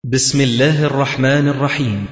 بسم الله الرحمن الرحيم.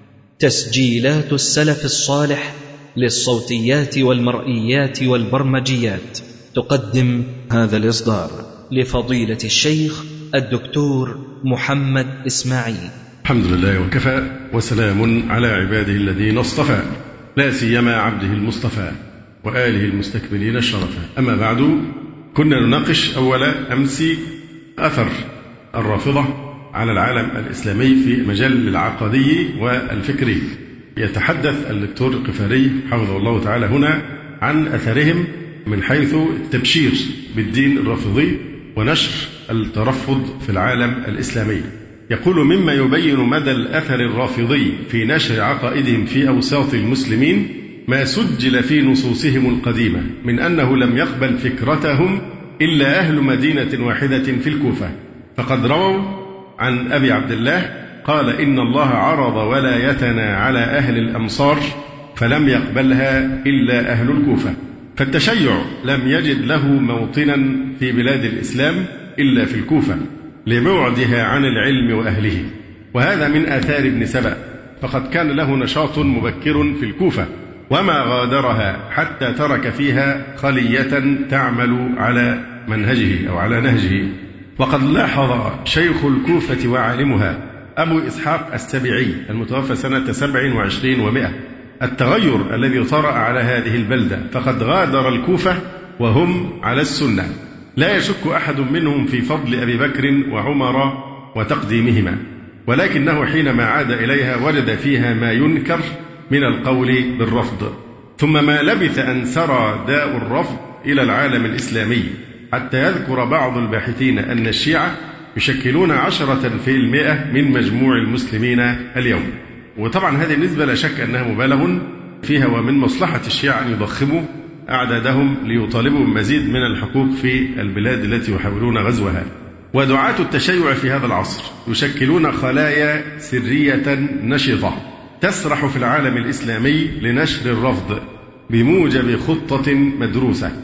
تسجيلات السلف الصالح للصوتيات والمرئيات والبرمجيات تقدم هذا الإصدار لفضيلة الشيخ الدكتور محمد إسماعيل. الحمد لله وكفى، وسلام على عباده الذين اصطفى، لا سيما عبده المصطفى وآله المستكملين الشرفا. أما بعد، كنا نناقش أول أمس أثر الرافضة على العالم الإسلامي في مجال العقدي والفكري. يتحدث الدكتور القفاري حفظه الله تعالى هنا عن أثرهم من حيث التبشير بالدين الرافضي ونشر الترفض في العالم الإسلامي. يقول: مما يبين مدى الأثر الرافضي في نشر عقائدهم في أوساط المسلمين ما سجل في نصوصهم القديمة من أنه لم يقبل فكرتهم إلا أهل مدينة واحدة في الكوفة، فقد رووا عن أبي عبد الله قال: إن الله عرض ولايتنا على أهل الأمصار فلم يقبلها إلا أهل الكوفة. فالتشيع لم يجد له موطنا في بلاد الإسلام إلا في الكوفة لبعدها عن العلم وأهله، وهذا من آثار ابن سبأ، فقد كان له نشاط مبكر في الكوفة وما غادرها حتى ترك فيها خلية تعمل على منهجه أو على نهجه. وقد لاحظ شيخ الكوفة وعالمها أبو إسحاق السبيعي المتوفى سنة 27 و100 التغير الذي طرأ على هذه البلدة، فقد غادر الكوفة وهم على السنة، لا يشك أحد منهم في فضل أبي بكر وعمر وتقديمهما، ولكنه حينما عاد إليها وجد فيها ما ينكر من القول بالرفض. ثم ما لبث أن سرى داء الرفض إلى العالم الإسلامي، حتى يذكر بعض الباحثين أن الشيعة يشكلون 10% من مجموع المسلمين اليوم. وطبعا هذه النسبة لا شك أنها مبالغ فيها، ومن مصلحة الشيعة أن يضخموا أعدادهم ليطالبوا بمزيد من الحقوق في البلاد التي يحاولون غزوها. ودعاة التشيع في هذا العصر يشكلون خلايا سرية نشطة تسرح في العالم الإسلامي لنشر الرفض بموجب خطة مدروسة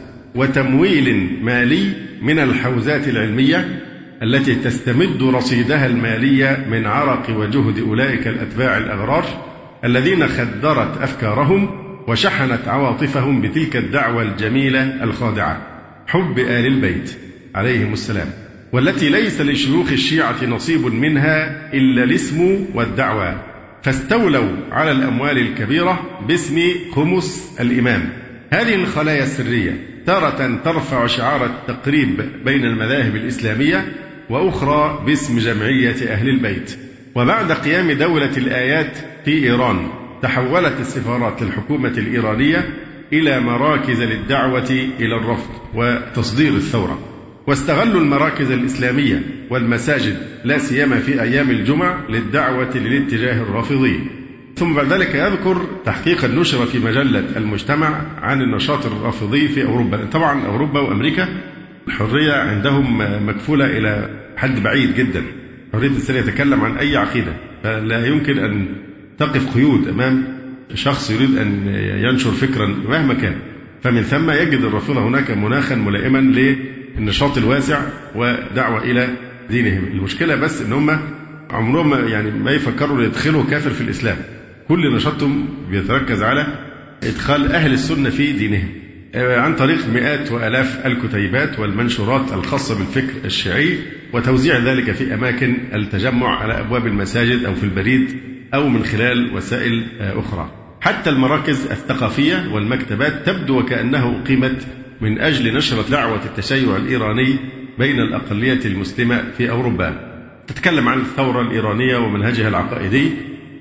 وتمويل مالي من الحوزات العلمية التي تستمد رصيدها المالي من عرق وجهد أولئك الأتباع الأغرار الذين خدرت أفكارهم وشحنت عواطفهم بتلك الدعوة الجميلة الخادعة، حب آل البيت عليهم السلام، والتي ليس لشيوخ الشيعة نصيب منها إلا الاسم والدعوة، فاستولوا على الأموال الكبيرة باسم خمس الإمام. هذه الخلايا السرية تارة ترفع شعار التقريب بين المذاهب الإسلامية، وأخرى باسم جمعية أهل البيت. وبعد قيام دولة الآيات في إيران تحولت السفارات للحكومة الإيرانية إلى مراكز للدعوة إلى الرفض وتصدير الثورة، واستغلوا المراكز الإسلامية والمساجد لا سيما في أيام الجمعة للدعوة للاتجاه الرافضي. ثم بعد ذلك يذكر تحقيقا نشر في مجلة المجتمع عن النشاط الرافضي في أوروبا. طبعا أوروبا وأمريكا الحرية عندهم مكفولة إلى حد بعيد جدا، حرية الإنسان يتكلم عن أي عقيدة، فلا يمكن أن تقف قيود أمام شخص يريد أن ينشر فكرا مهما كان. فمن ثم يجد الرافضة هناك مناخا ملائما للنشاط الواسع ودعوة إلى دينهم. المشكلة بس أن هم عمرهم يعني ما يفكروا يدخلوا كافر في الإسلام، كل نشاطهم بيتركز على إدخال أهل السنة في دينهم عن طريق مئات وآلاف الكتيبات والمنشورات الخاصة بالفكر الشيعي، وتوزيع ذلك في أماكن التجمع على أبواب المساجد أو في البريد أو من خلال وسائل أخرى. حتى المراكز الثقافية والمكتبات تبدو وكأنه أقيمت من أجل نشر دعوة التشيع الإيراني بين الأقلية المسلمة في أوروبا. تتكلم عن الثورة الإيرانية ومنهجها العقائدي،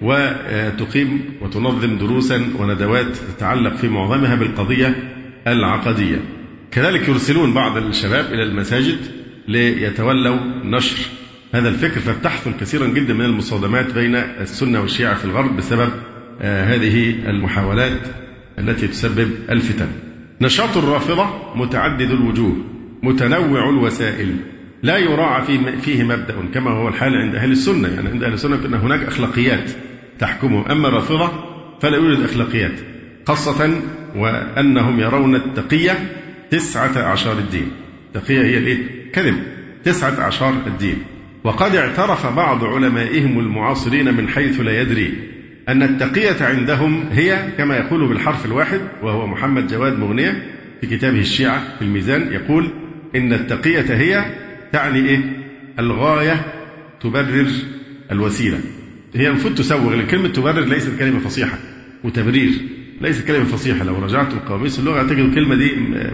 وتقيم وتنظم دروسا وندوات تتعلق في معظمها بالقضية العقدية. كذلك يرسلون بعض الشباب إلى المساجد ليتولوا نشر هذا الفكر، فبتحصل كثيرا جدا من المصادمات بين السنة والشيعة في الغرب بسبب هذه المحاولات التي تسبب الفتن. نشاط الرافضة متعدد الوجوه متنوع الوسائل، لا يراعى فيه مبدأ كما هو الحال عند أهل السنة. يعني عند أهل السنة أن هناك أخلاقيات تحكمهم، أما الرافضة فلا يوجد أخلاقيات، خاصة وأنهم يرون التقية 19 الدين. التقية هي كذب 19 الدين، وقد اعترف بعض علمائهم المعاصرين من حيث لا يدري أن التقية عندهم هي كما يقول بالحرف الواحد، وهو محمد جواد مغنية في كتابه الشيعة في الميزان يقول إن التقية هي تعني إيه؟ الغاية تبرر الوسيلة. هي المفروض تسوغ، لأن كلمة تبرر ليست كلمة فصيحة، وتبرير ليست كلمة فصيحة. لو رجعت القواميس اللغة تجد الكلمة دي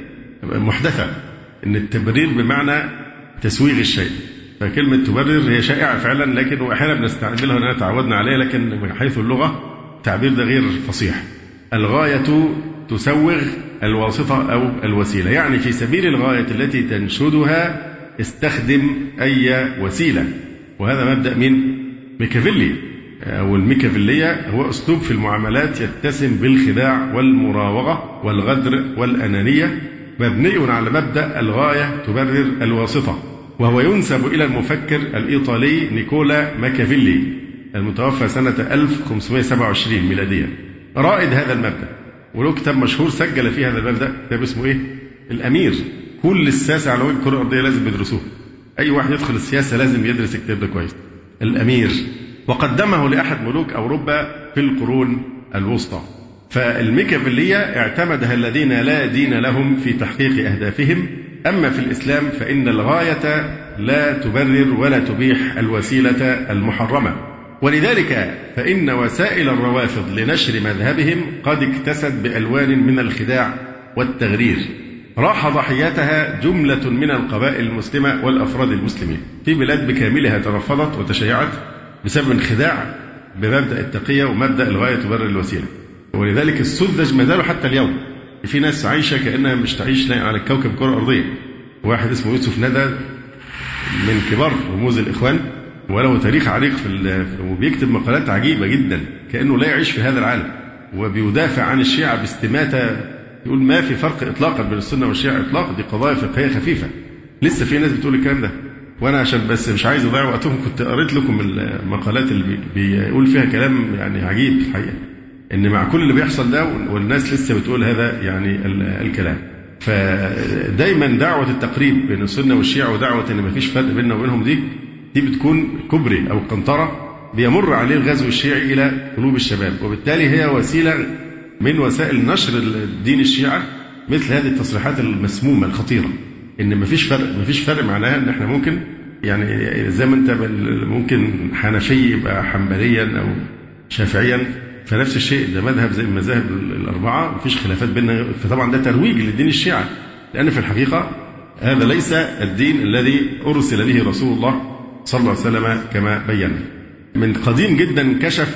محدثة، إن التبرير بمعنى تسويغ الشيء. فكلمة تبرر هي شائعة فعلا، لكن أحيانا بنستعملها لأننا تعودنا عليها، لكن من حيث اللغة التعبير ده غير فصيح. الغاية تسوغ الواسطة أو الوسيلة، يعني في سبيل الغاية التي تنشدها استخدم أي وسيلة. وهذا مبدأ من ميكافيلي، أو الميكافيلية هو أسلوب في المعاملات يتسم بالخداع والمراوغة والغدر والأنانية، مبني على مبدأ الغاية تبرر الواسطة، وهو ينسب إلى المفكر الإيطالي نيكولا ماكافيلي المتوفى سنة 1527 ميلادية، رائد هذا المبدأ. وله كتاب مشهور سجل فيه هذا المبدأ، كتاب اسمه إيه؟ الأمير. كل الساسة على وجه الكرة الأرضية لازم يدرسوه، أي واحد يدخل السياسة لازم يدرس الكتاب ده كويس، الأمير. وقدمه لأحد ملوك أوروبا في القرون الوسطى. فالميكافيلية اعتمدها الذين لا دين لهم في تحقيق أهدافهم. أما في الإسلام فإن الغاية لا تبرر ولا تبيح الوسيلة المحرمة. ولذلك فإن وسائل الروافض لنشر مذهبهم قد اكتست بألوان من الخداع والتغرير، راح ضحيتها جملة من القبائل المسلمة والأفراد المسلمين في بلاد بكاملها ترفضت وتشيعت بسبب انخداع بمبدأ التقية ومبدأ الغاية تبرر الوسيلة. ولذلك السذج ما زالوا حتى اليوم، في ناس عايشة كأنها مش تعيش على الكوكب الكرة الأرضية. واحد اسمه يوسف ندى من كبار رموز الإخوان، وله تاريخ عريق وبيكتب مقالات عجيبة جدا كأنه لا يعيش في هذا العالم، وبيدافع عن الشيعة باستماتة، يقول ما في فرق إطلاقا بين السنة والشيعة إطلاقا، دي قضايا فقهية خفيفة. لسه في ناس بتقول الكلام ده، وأنا عشان بس مش عايز أضيع وقتهم كنت قريت لكم المقالات اللي بيقول فيها كلام يعني عجيب الحقيقة، إن مع كل اللي بيحصل ده والناس لسه بتقول هذا يعني الكلام. فدايما دعوة التقريب بين السنة والشيعة ودعوة إن ما فيش فرق بيننا وبينهم دي بتكون كبري أو قنطرة بيمر عليه الغزو الشيعي إلى قلوب الشباب، وبالتالي هي وسيلة من وسائل نشر الدين الشيعة مثل هذه التصريحات المسمومة الخطيرة، إن ما فيش فرق معناها إن إحنا ممكن يعني زي ما أنت ممكن حنفي يبقى حنبليا أو شافعيا، فنفس الشيء ده مذهب زي المذاهب الأربعة مفيش خلافات بيننا. فطبعا ده ترويج للدين الشيعة، لأن في الحقيقة هذا ليس الدين الذي أرسل به رسول الله صلى الله عليه وسلم كما بينا. من قديم جدا كشف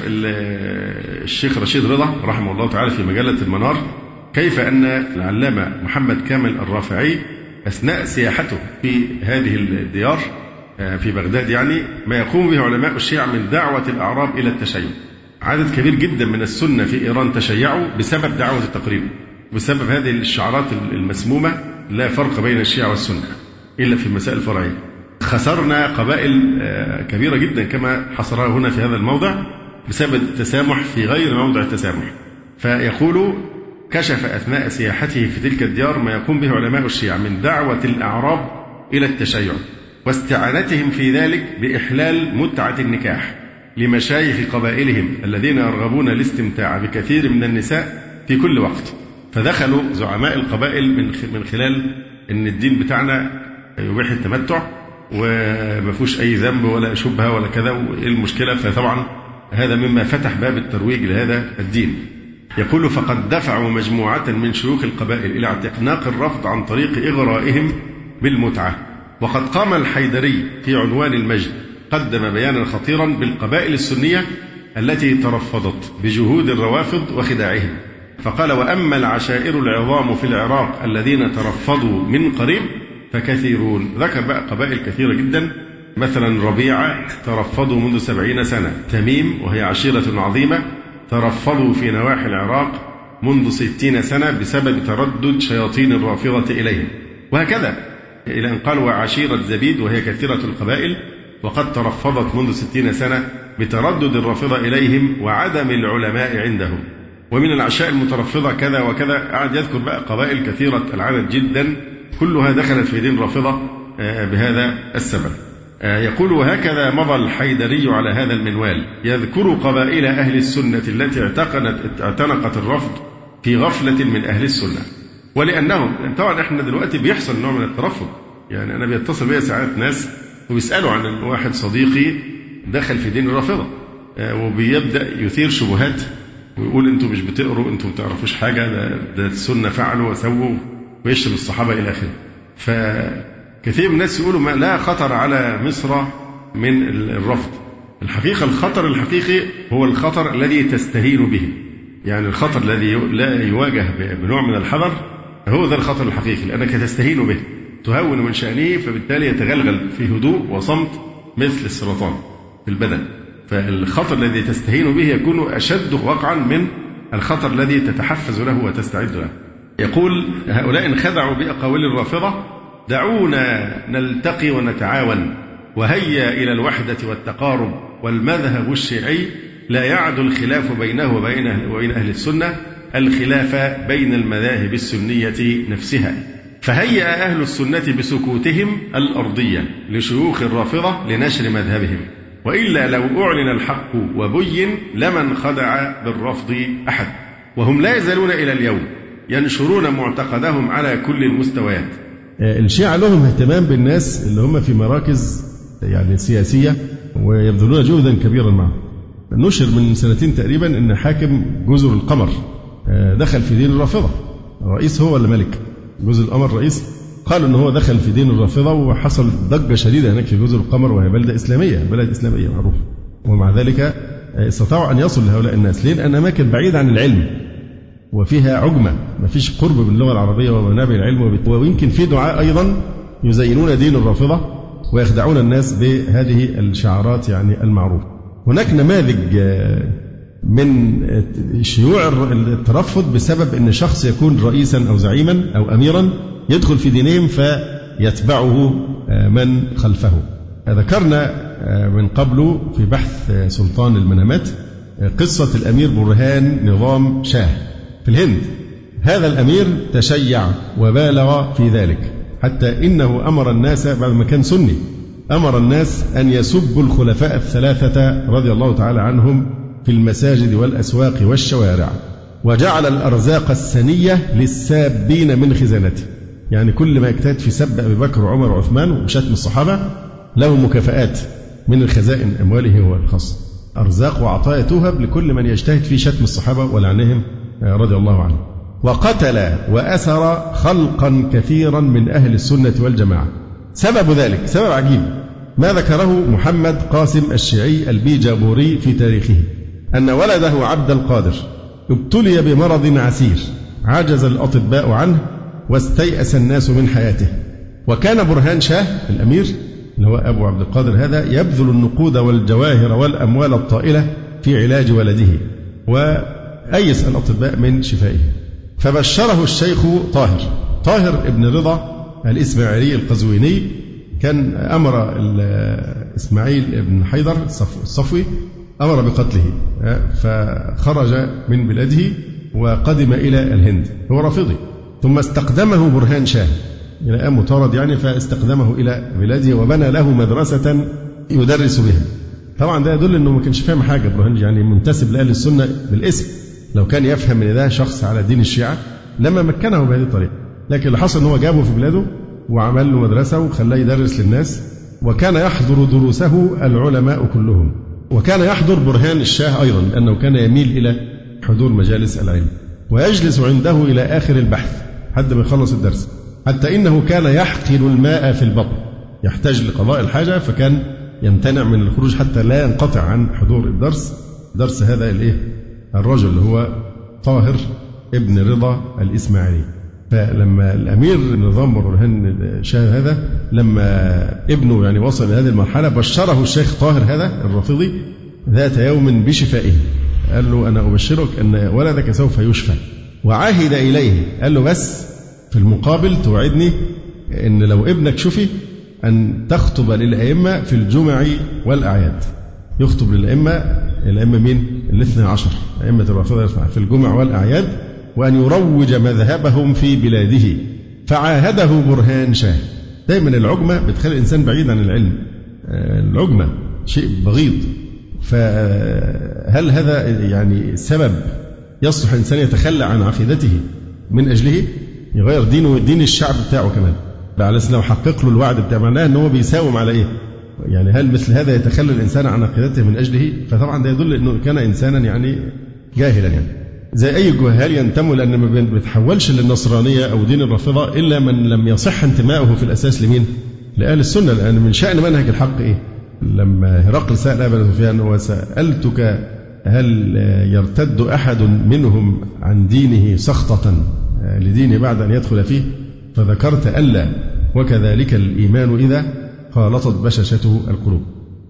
الشيخ رشيد رضا رحمه الله تعالى في مجلة المنار كيف أن العلامة محمد كامل الرافعي أثناء سياحته في هذه الديار في بغداد يعني ما يقوم به علماء الشيعة من دعوة الأعراب إلى التشيع. عدد كبير جدا من السنة في إيران تشيعوا بسبب دعوة التقريب، بسبب هذه الشعارات المسمومة لا فرق بين الشيعة والسنة إلا في المسائل الفرعية. خسرنا قبائل كبيرة جدا كما حصرها هنا في هذا الموضع بسبب التسامح في غير موضع التسامح. فيقول كشف أثناء سياحته في تلك الديار ما يقوم به علماء الشيعة من دعوة الأعراب إلى التشيع واستعانتهم في ذلك بإحلال متعة النكاح لمشايخ قبائلهم الذين يرغبون الاستمتاع بكثير من النساء في كل وقت. فدخلوا زعماء القبائل من خلال أن الدين بتاعنا يبيح التمتع وما فيهوش أي ذنب ولا شبهة ولا كذا، وإيه المشكلة؟ فطبعا هذا مما فتح باب الترويج لهذا الدين. يقول فقد دفعوا مجموعة من شيوخ القبائل إلى اعتناق الرفض عن طريق إغرائهم بالمتعة. وقد قام الحيدري في عنوان المجد قدم بيانا خطيرا بالقبائل السنية التي ترفضت بجهود الروافض وخداعهم، فقال وأما العشائر العظام في العراق الذين ترفضوا من قريب فكثيرون. ذكر بقى قبائل كثيرة جدا، مثلا ربيعة ترفضوا منذ 70 سنة، تميم وهي عشيرة عظيمة ترفضوا في نواحي العراق منذ 60 سنة بسبب تردد شياطين الرافضة إليهم، وهكذا إلى أن قال وعشيرة زبيد وهي كثيرة القبائل وقد ترفضت منذ 60 سنة بتردد الرافضة إليهم وعدم العلماء عندهم. ومن العشاء المترفضة كذا وكذا، قاعد يذكر بقى قبائل كثيرة العدد جدا كلها دخلت في دين الرافضة بهذا السبب. يقول: وهكذا مضى الحيدري على هذا المنوال يذكر قبائل أهل السنة التي اعتنقت الرفض في غفلة من أهل السنة. ولأنهم طبعا احنا دلوقتي بيحصل نوع من الترفض، يعني أنا بيتصل بيا ساعات ناس وبيسألوا عن واحد صديقي دخل في دين الرافضة، وبيبدأ يثير شبهات ويقول أنتم مش بتقروا، أنتم ما تعرفوش حاجة، ده السنة فعلوا وسووا، ويشتم الصحابة إلى آخره. فكثير من الناس يقولوا ما لا خطر على مصر من الرفض. الحقيقة الخطر الحقيقي هو الخطر الذي تستهين به، يعني الخطر الذي لا يواجه بنوع من الحذر هو ذا الخطر الحقيقي، لأنك تستهين به، تهون من شأنه، فبالتالي يتغلغل في هدوء وصمت مثل السرطان في البدن. فالخطر الذي تستهين به يكون أشد وقعا من الخطر الذي تتحفز له وتستعد له. يقول: هؤلاء انخدعوا بأقاويل الرافضة، دعونا نلتقي ونتعاون، وهيا إلى الوحدة والتقارب، والمذهب الشيعي لا يعد الخلاف بينه وبين أهل السنة الخلاف بين المذاهب السنية نفسها. فهيأ أهل السنة بسكوتهم الأرضية لشيوخ الرافضة لنشر مذهبهم، وإلا لو أعلن الحق وبين لمن خدع بالرفض أحد. وهم لا يزالون إلى اليوم ينشرون معتقدهم على كل المستويات. الشيعة لهم اهتمام بالناس اللي هم في مراكز يعني سياسية ويبذلون جهدا كبيرا معه. نشر من سنتين تقريبا أن حاكم جزر القمر دخل في دين الرافضة، الرئيس هو ولا ملك جزر القمر رئيس، قالوا أن هو دخل في دين الرافضة، وحصل ضجة شديدة هناك في جزر القمر، وهي بلد إسلامية، بلد إسلامية معروفة. ومع ذلك استطاعوا أن يصلوا لهؤلاء الناس. ليه؟ لأن أماكن بعيدة عن العلم وفيها عجمة، ما فيش قرب من اللغة العربية ومنابع العلم، ويمكن في دعاء أيضا يزينون دين الرافضة ويخدعون الناس بهذه الشعارات يعني المعروفة. هناك نماذج من شيوع الترفض بسبب أن شخص يكون رئيسا أو زعيما أو أميرا يدخل في دينهم فيتبعه من خلفه. ذكرنا من قبل في بحث سلطان المنامات قصة الأمير برهان نظام شاه في الهند. هذا الأمير تشيع وبالغ في ذلك، حتى إنه أمر الناس بعد ما كان سني، أمر الناس أن يسبوا الخلفاء الثلاثة رضي الله تعالى عنهم في المساجد والأسواق والشوارع، وجعل الأرزاق السنية للسابين من خزانته. يعني كل ما يجتهد في سب أبي بكر وعمر وعثمان وشتم الصحابة له مكافآت من الخزائن أمواله هو الخاص، أرزاق وعطايا توهب لكل من يجتهد في شتم الصحابة ولعنهم رضي الله عنهم. وقتل وأسر خلقا كثيرا من أهل السنة والجماعة. سبب ذلك سبب عجيب ما ذكره محمد قاسم الشيعي البيجابوري في تاريخه، أن ولده عبد القادر ابتلي بمرض عسير عجز الأطباء عنه واستيأس الناس من حياته، وكان برهان شاه الأمير اللي هو أبو عبد القادر هذا يبذل النقود والجواهر والأموال الطائلة في علاج ولده، وأيس الأطباء من شفائه. فبشره الشيخ طاهر ابن رضا الإسماعيلي القزويني، كان أمر إسماعيل ابن حيدر الصفوي أمر بقتله، فخرج من بلاده وقدم إلى الهند، هو رافضي، ثم استقدمه برهان شاه إلى مطارد يعني، فاستقدمه إلى بلاده وبنى له مدرسة يدرس بها. طبعا ده يدل أنه ما كانش فاهم حاجة برهان، يعني منتسب لأهل السنة بالاسم، لو كان يفهم أن ده شخص على دين الشيعة لما مكنه بهذه الطريقة. لكن اللي حصل أنه جابه في بلاده وعمل له مدرسة وخلاه يدرس للناس، وكان يحضر دروسه العلماء كلهم، وكان يحضر برهان الشاه أيضا لأنه كان يميل إلى حضور مجالس العلم، ويجلس عنده إلى آخر البحث حتى ما يخلص الدرس، حتى إنه كان يحقن الماء في البطن، يحتاج لقضاء الحاجة فكان يمتنع من الخروج حتى لا ينقطع عن حضور الدرس، درس هذا الرجل اللي هو طاهر ابن رضا الإسماعيلي. فلما الأمير نظام برهان شاه هذا لما ابنه يعني وصل إلى هذه المرحلة بشره الشيخ طاهر هذا الرافضي ذات يوم بشفائه، قال له أنا أبشرك أن ولدك سوف يشفى، وعهد إليه قال له بس في المقابل توعدني أن لو ابنك شفي أن تخطب للأئمة في الجمع والأعياد. يخطب الأئمة مين؟ 12 أئمة الرافضة في الجمع والأعياد، وأن يروج مذهبهم في بلاده. فعاهده برهان شاه. دائما العجمة بتخلي الإنسان بعيد عن العلم، العجمة، شيء بغيض. فهل هذا يعني سبب يصلح الإنسان يتخلى عن عقيدته من أجله، يغير دينه ودين الشعب بتاعه كمان على أساس لو حقق له الوعد بتاعه؟ معناه أنه هو بيساوم على إيه؟ يعني هل مثل هذا يتخلى الإنسان عن عقيدته من أجله؟ فطبعا ده يدل أنه كان إنسانا يعني جاهلا، يعني زي أي جهال ينتموا، لأن ما بيتحولش للنصرانية أو دين الرافضة إلا من لم يصح انتمائه في الأساس لمين؟ لأهل السنة. لأن من شأن منهج الحق إيه؟ لما هرقل سأل أبا سفيان وسألتك هل يرتد أحد منهم عن دينه سخطة لدينه بعد أن يدخل فيه؟ فذكرت ألا، وكذلك الإيمان إذا خالطت بشاشته القلوب.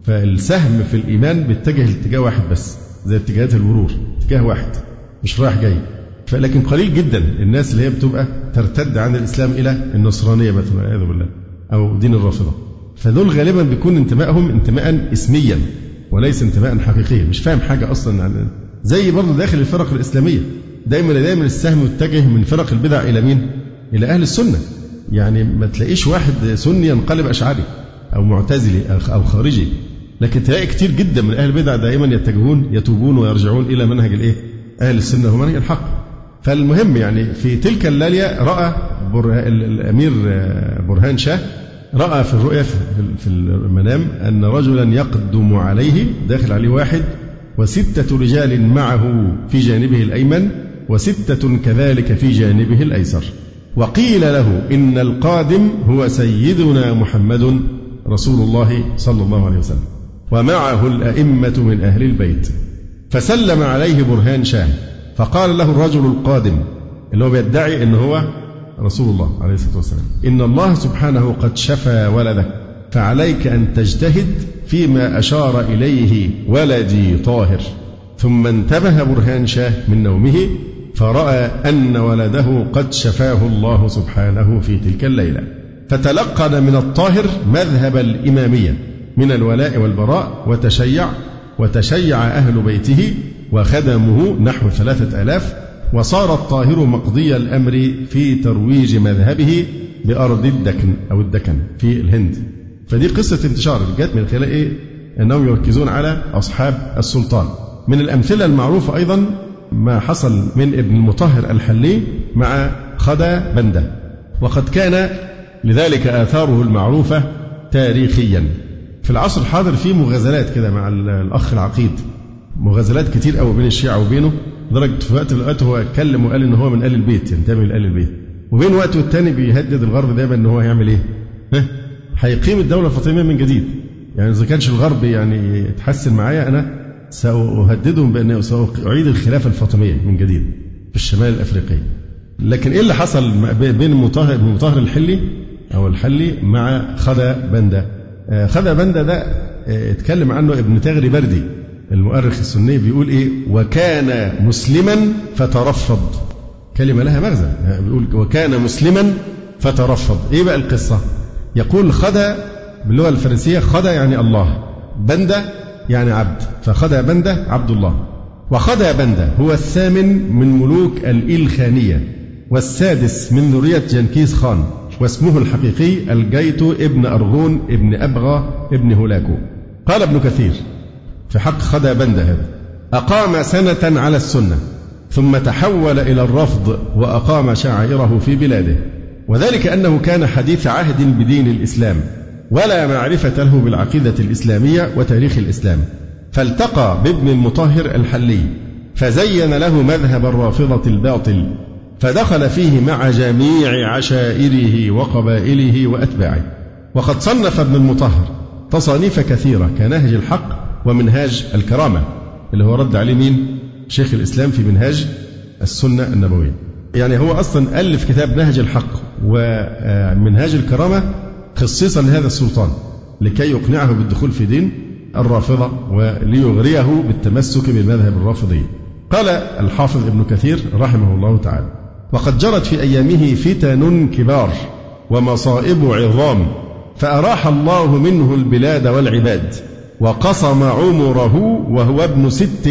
فالسهم في الإيمان بيتجه اتجاه واحد بس، زي اتجاهات المرور، اتجاه واحد مش رايح جاي. فلكن قليل جدا الناس اللي هي بتبقى ترتد عن الإسلام إلى النصرانية مثلا والعياذ بالله أو دين الرافضة. فدول غالبا بيكون انتمائهم انتماء اسميا وليس انتماء حقيقيا، مش فاهم حاجة أصلا عن. زي برضه داخل الفرق الإسلامية دايما السهم متجه من فرق البدع إلى مين؟ إلى أهل السنة. يعني ما تلاقيش واحد سني ينقلب أشعري أو معتزلي أو خارجي، لكن تلاقي كتير جدا من أهل البدع دائما يتوبون ويرجعون إلى منهج الإيه؟ أهل السنة ومنهج الحق. فالمهم يعني في تلك الليلة رأى الأمير برهان شاه رأى في الرؤيا في المنام أن رجلا يقدم عليه، داخل عليه واحد وستة رجال معه في جانبه الأيمن وستة كذلك في جانبه الأيسر. وقيل له إن القادم هو سيدنا محمد رسول الله صلى الله عليه وسلم ومعه الأئمة من أهل البيت. فسلم عليه برهان شاه فقال له الرجل القادم اللي هو بيدعي أنه هو رسول الله عليه الصلاة والسلام: إن الله سبحانه قد شفى ولدك، فعليك أن تجتهد فيما أشار إليه ولدي طاهر. ثم انتبه برهان شاه من نومه فرأى أن ولده قد شفاه الله سبحانه في تلك الليلة، فتلقن من الطاهر مذهب الإمامية من الولاء والبراء، وتشيع أهل بيته وخدمه نحو 3000، وصار الطاهر مقضي الأمر في ترويج مذهبه بأرض الدكن أو الدكن في الهند. فدي قصة انتشار جت من خلال إيه؟ أنهم يركزون على أصحاب السلطان. من الأمثلة المعروفة أيضا ما حصل من ابن المطهر الحلي مع خدا بندة، وقد كان لذلك آثاره المعروفة تاريخيا. في العصر الحاضر في مغازلات كده مع الأخ العقيد، مغازلات كتير قوي بين الشيعة وبينه، لدرجة في وقت من الأوقات هو اتكلم وقال إن هو من آل البيت، ينتمي لآل البيت، وبين وقت والتاني بيهدد الغرب دايما إن هو هيعمل إيه؟ هيقيم الدولة الفاطمية من جديد. يعني إذا كانش الغرب يعني يتحسن معايا أنا سأهددهم بأن سأعيد الخلافة الفاطمية من جديد في الشمال الأفريقي. لكن إيه اللي حصل بين المطهر الحلي أو الحلي مع خدا بندة؟ خدا بندة ده اتكلم عنه ابن تغري بردي المؤرخ السني، بيقول إيه؟ وكان مسلما فترفض. كلمة لها مغزى، بيقول وكان مسلما فترفض. إيه بقى القصة؟ يقول خدا باللغة الفارسية، خدا يعني الله، بندة يعني عبد، فخدا بندة عبد الله. وخدا بندة هو الثامن من ملوك الإلخانية والسادس من ذرية جنكيز خان، واسمه الحقيقي الجيتو ابن أرغون ابن أبغى ابن هولاكو. قال ابن كثير في حق خدا بندة هذا: أقام سنة على السنة ثم تحول إلى الرفض وأقام شعائره في بلاده، وذلك أنه كان حديث عهد بدين الإسلام ولا معرفة له بالعقيدة الإسلامية وتاريخ الإسلام، فالتقى بابن المطهر الحلي فزين له مذهب الرافضة الباطل، فدخل فيه مع جميع عشائره وقبائله وأتباعه. وقد صنف ابن المطهر تصانيف كثيرة كنهج الحق ومنهاج الكرامة، اللي هو رد عليه مين؟ شيخ الإسلام في منهاج السنة النبوية. يعني هو أصلا ألف كتاب نهج الحق ومنهاج الكرامة خصيصا لهذا السلطان لكي يقنعه بالدخول في دين الرافضة وليغريه بالتمسك بالمذهب الرافضي. قال الحافظ ابن كثير رحمه الله تعالى: وقد جرت في أيامه فتن كبار ومصائب عظام، فأراح الله منه البلاد والعباد، وقصم عمره وهو ابن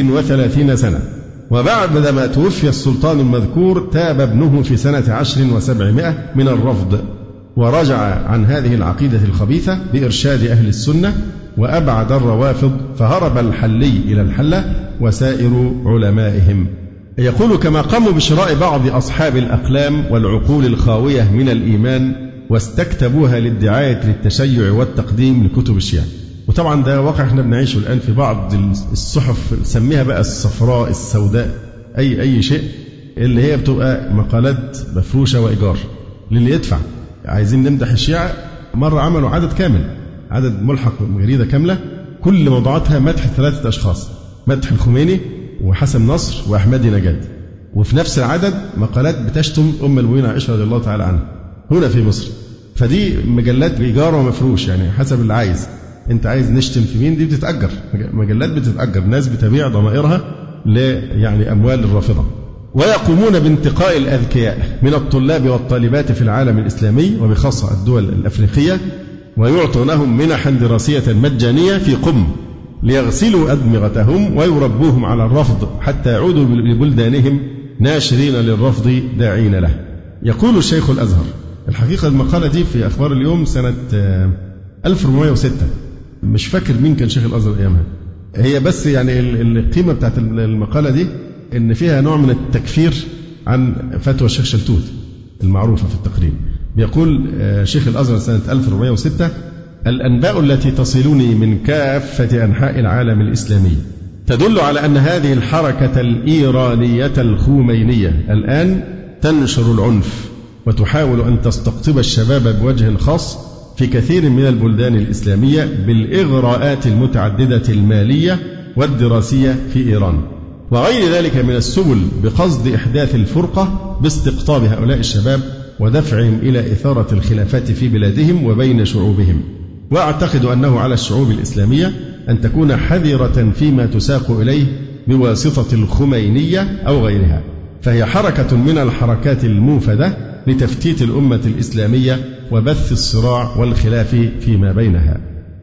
36 سنة. وبعدما توفي السلطان المذكور تاب ابنه في سنة 10 و700 من الرفض، ورجع عن هذه العقيدة الخبيثة بإرشاد أهل السنة وأبعد الروافض، فهرب الحلي إلى الحلة وسائر علمائهم. يقول: كما قاموا بشراء بعض أصحاب الأقلام والعقول الخاوية من الإيمان واستكتبوها للدعاية للتشيع والتقديم لكتب الشيعة. وطبعا ده واقع احنا بنعيشه الآن في بعض الصحف، سميها بقى الصفراء السوداء أي شيء، اللي هي بتبقى مقالات مفروشة وإيجار للي يدفع. عايزين نمدح الشيعة، مرة عملوا عدد كامل، عدد ملحق جريدة كاملة كل موضوعاتها مدح 3 أشخاص: مدح الخميني وحسن نصر وأحمدي نجاد. وفي نفس العدد مقالات بتشتم أم المؤمنين عائشة رضي الله تعالى عنها هنا في مصر. فدي مجلات بإيجار ومفروش، يعني حسب اللي عايز. أنت عايز نشتم في مين؟ دي بتتأجر، مجلات بتتأجر، ناس بتبيع ضمائرها يعني أموال الرافضة. ويقومون بانتقاء الأذكياء من الطلاب والطالبات في العالم الإسلامي وبخاصة الدول الأفريقية، ويعطونهم منحا دراسية مجانية في قم ليغسلوا أدمغتهم ويربوهم على الرفض حتى يعودوا لبلدانهم ناشرين للرفض داعين له. يقول الشيخ الأزهر، الحقيقة المقالة دي في أخبار اليوم سنة 1406، مش فاكر مين كان شيخ الأزهر أيامها. هي بس يعني القيمة بتاعت المقالة دي إن فيها نوع من التكفير عن فتوى الشيخ شلتوت المعروفة في التقريب. بيقول شيخ الأزهر سنة 1406: الأنباء التي تصلني من كافة أنحاء العالم الإسلامي تدل على أن هذه الحركة الإيرانية الخمينية الآن تنشر العنف وتحاول أن تستقطب الشباب بوجه خاص في كثير من البلدان الإسلامية بالإغراءات المتعددة المالية والدراسية في إيران وغير ذلك من السبل بقصد إحداث الفرقة باستقطاب هؤلاء الشباب ودفعهم إلى إثارة الخلافات في بلادهم وبين شعوبهم. وأعتقد أنه على الشعوب الإسلامية أن تكون حذرة فيما تساق إليه بواسطة الخمينية أو غيرها، فهي حركة من الحركات الموفدة لتفتيت الأمة الإسلامية وبث الصراع والخلاف فيما بينها.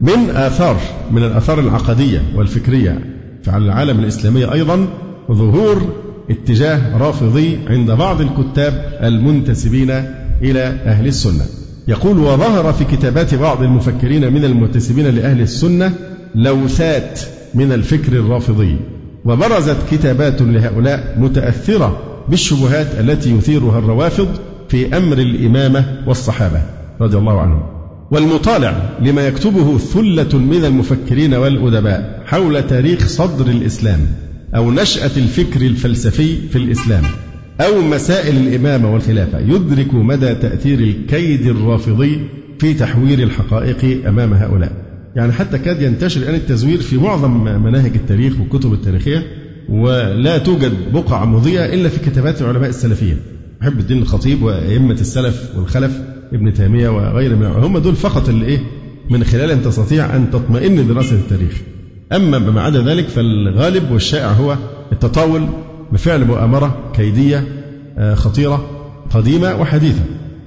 من الآثار العقدية والفكرية على العالم الإسلامي أيضا ظهور اتجاه رافضي عند بعض الكتاب المنتسبين إلى أهل السنة. يقول: وظهر في كتابات بعض المفكرين من المنتسبين لأهل السنة لوثات من الفكر الرافضي، وبرزت كتابات لهؤلاء متأثرة بالشبهات التي يثيرها الروافض في أمر الإمامة والصحابة رضي الله عنهم. والمطالع لما يكتبه ثلة من المفكرين والأدباء حول تاريخ صدر الإسلام أو نشأة الفكر الفلسفي في الإسلام أو مسائل الإمامة والخلافة يدرك مدى تأثير الكيد الرافضي في تحوير الحقائق أمام هؤلاء. يعني حتى كاد ينتشر الآن التزوير في معظم مناهج التاريخ والكتب التاريخية، ولا توجد بقعة مضيئة إلا في كتابات العلماء السلفيين، محب الدين الخطيب وأئمة السلف والخلف ابن تيمية وغير من هم دول فقط اللي من خلالهم تستطيع أن تطمئن دراسة التاريخ. أما بما عدا ذلك فالغالب والشائع هو التطاول بفعل مؤامرة كيدية خطيرة قديمة وحديثة.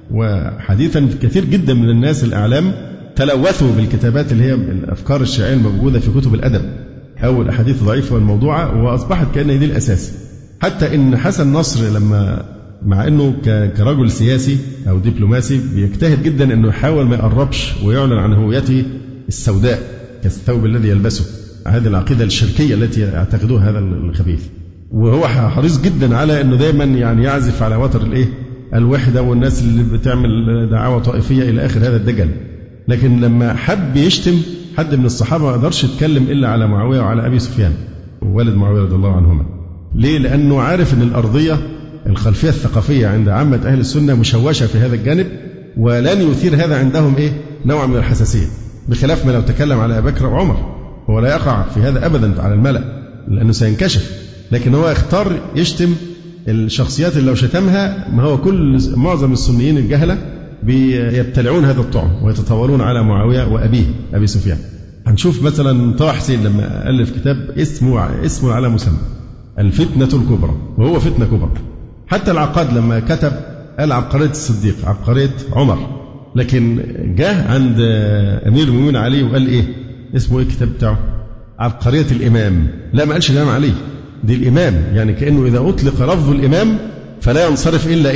وحديثا كثير جدا من الناس الأعلام تلوثوا بالكتابات اللي هي الأفكار الشيعية الموجودة في كتب الأدب أو الأحاديث الضعيفة والموضوعة، وأصبحت كأنها دي الأساس. حتى إن حسن نصر لما مع أنه كرجل سياسي أو دبلوماسي بيجتهد جدا أنه يحاول ما يقربش ويعلن عن هويته السوداء كالثوب الذي يلبسه، هذه العقيدة الشركية التي يعتقدوها هذا الخبيث. وهو حريص جدا على أنه دايما يعني يعزف على وتر الوحدة والناس اللي بتعمل دعاوى طائفية إلى آخر هذا الدجل. لكن لما حب يشتم حد من الصحابة ما قدرش يتكلم إلا على معاوية وعلى أبي سفيان والد معاوية رضي الله عنهما. ليه؟ لأنه عارف أن الأرضية الخلفية الثقافية عند عامة أهل السنة مشوشة في هذا الجانب، ولن يثير هذا عندهم نوع من الحساسية، بخلاف ما لو تكلم على أبي بكر وعمر. هو لا يقع في هذا أبدا على الملأ لأنه سينكشف، لكن هو اختار يشتم الشخصيات اللي لو شتمها ما هو معظم السنيين الجهلة بيبتلعون هذا الطعم ويتطاولون على معاوية وأبيه أبي سفيان. هنشوف مثلا طه حسين لما ألف كتاب اسمه على مسمى الفتنة الكبرى، وهو فتنة كبرى. حتى العقاد لما كتب قال عبقرية الصديق، عبقرية عمر، لكن جاء عند أمير المؤمنين علي وقال اسمه الكتاب بتاعه؟ عبقرية الإمام. لا، ما قالش الإمام علي، دي الإمام، يعني كأنه إذا أطلق لفظ الإمام فلا ينصرف إلا إلى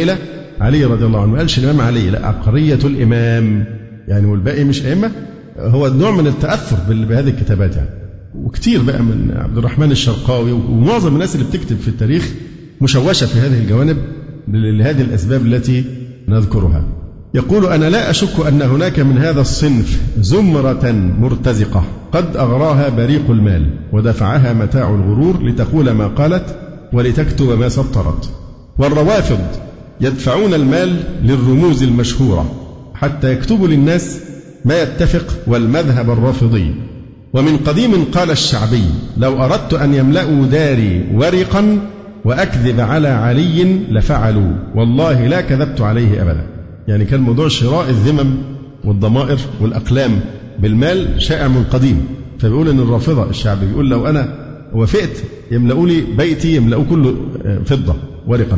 علي رضي الله عنه، ما قالش الإمام علي، لا عبقرية الإمام يعني، والباقي مش أئمة. هو نوع من التأثر بهذه الكتابات يعني. وكتير بقى من عبد الرحمن الشرقاوي ومعظم الناس اللي بتكتب في التاريخ مشوشة في هذه الجوانب لهذه الأسباب التي نذكرها. يقول: أنا لا أشك أن هناك من هذا الصنف زمرة مرتزقة قد أغراها بريق المال ودفعها متاع الغرور لتقول ما قالت ولتكتب ما سطرت. والروافض يدفعون المال للرموز المشهورة حتى يكتبوا للناس ما يتفق والمذهب الرافضي. ومن قديم قال الشعبي: لو أردت أن يملأوا داري ورقا وأكذب على علي لفعلوا، والله لا كذبت عليه أبدا. يعني كان موضوع شراء الذمم والضمائر والأقلام بالمال شائع من قديم. فبيقول إن الرافضة الشعبي بيقول: لو أنا وافقت يملأوا لي بيتي، يملأوا كله فضة ورقا،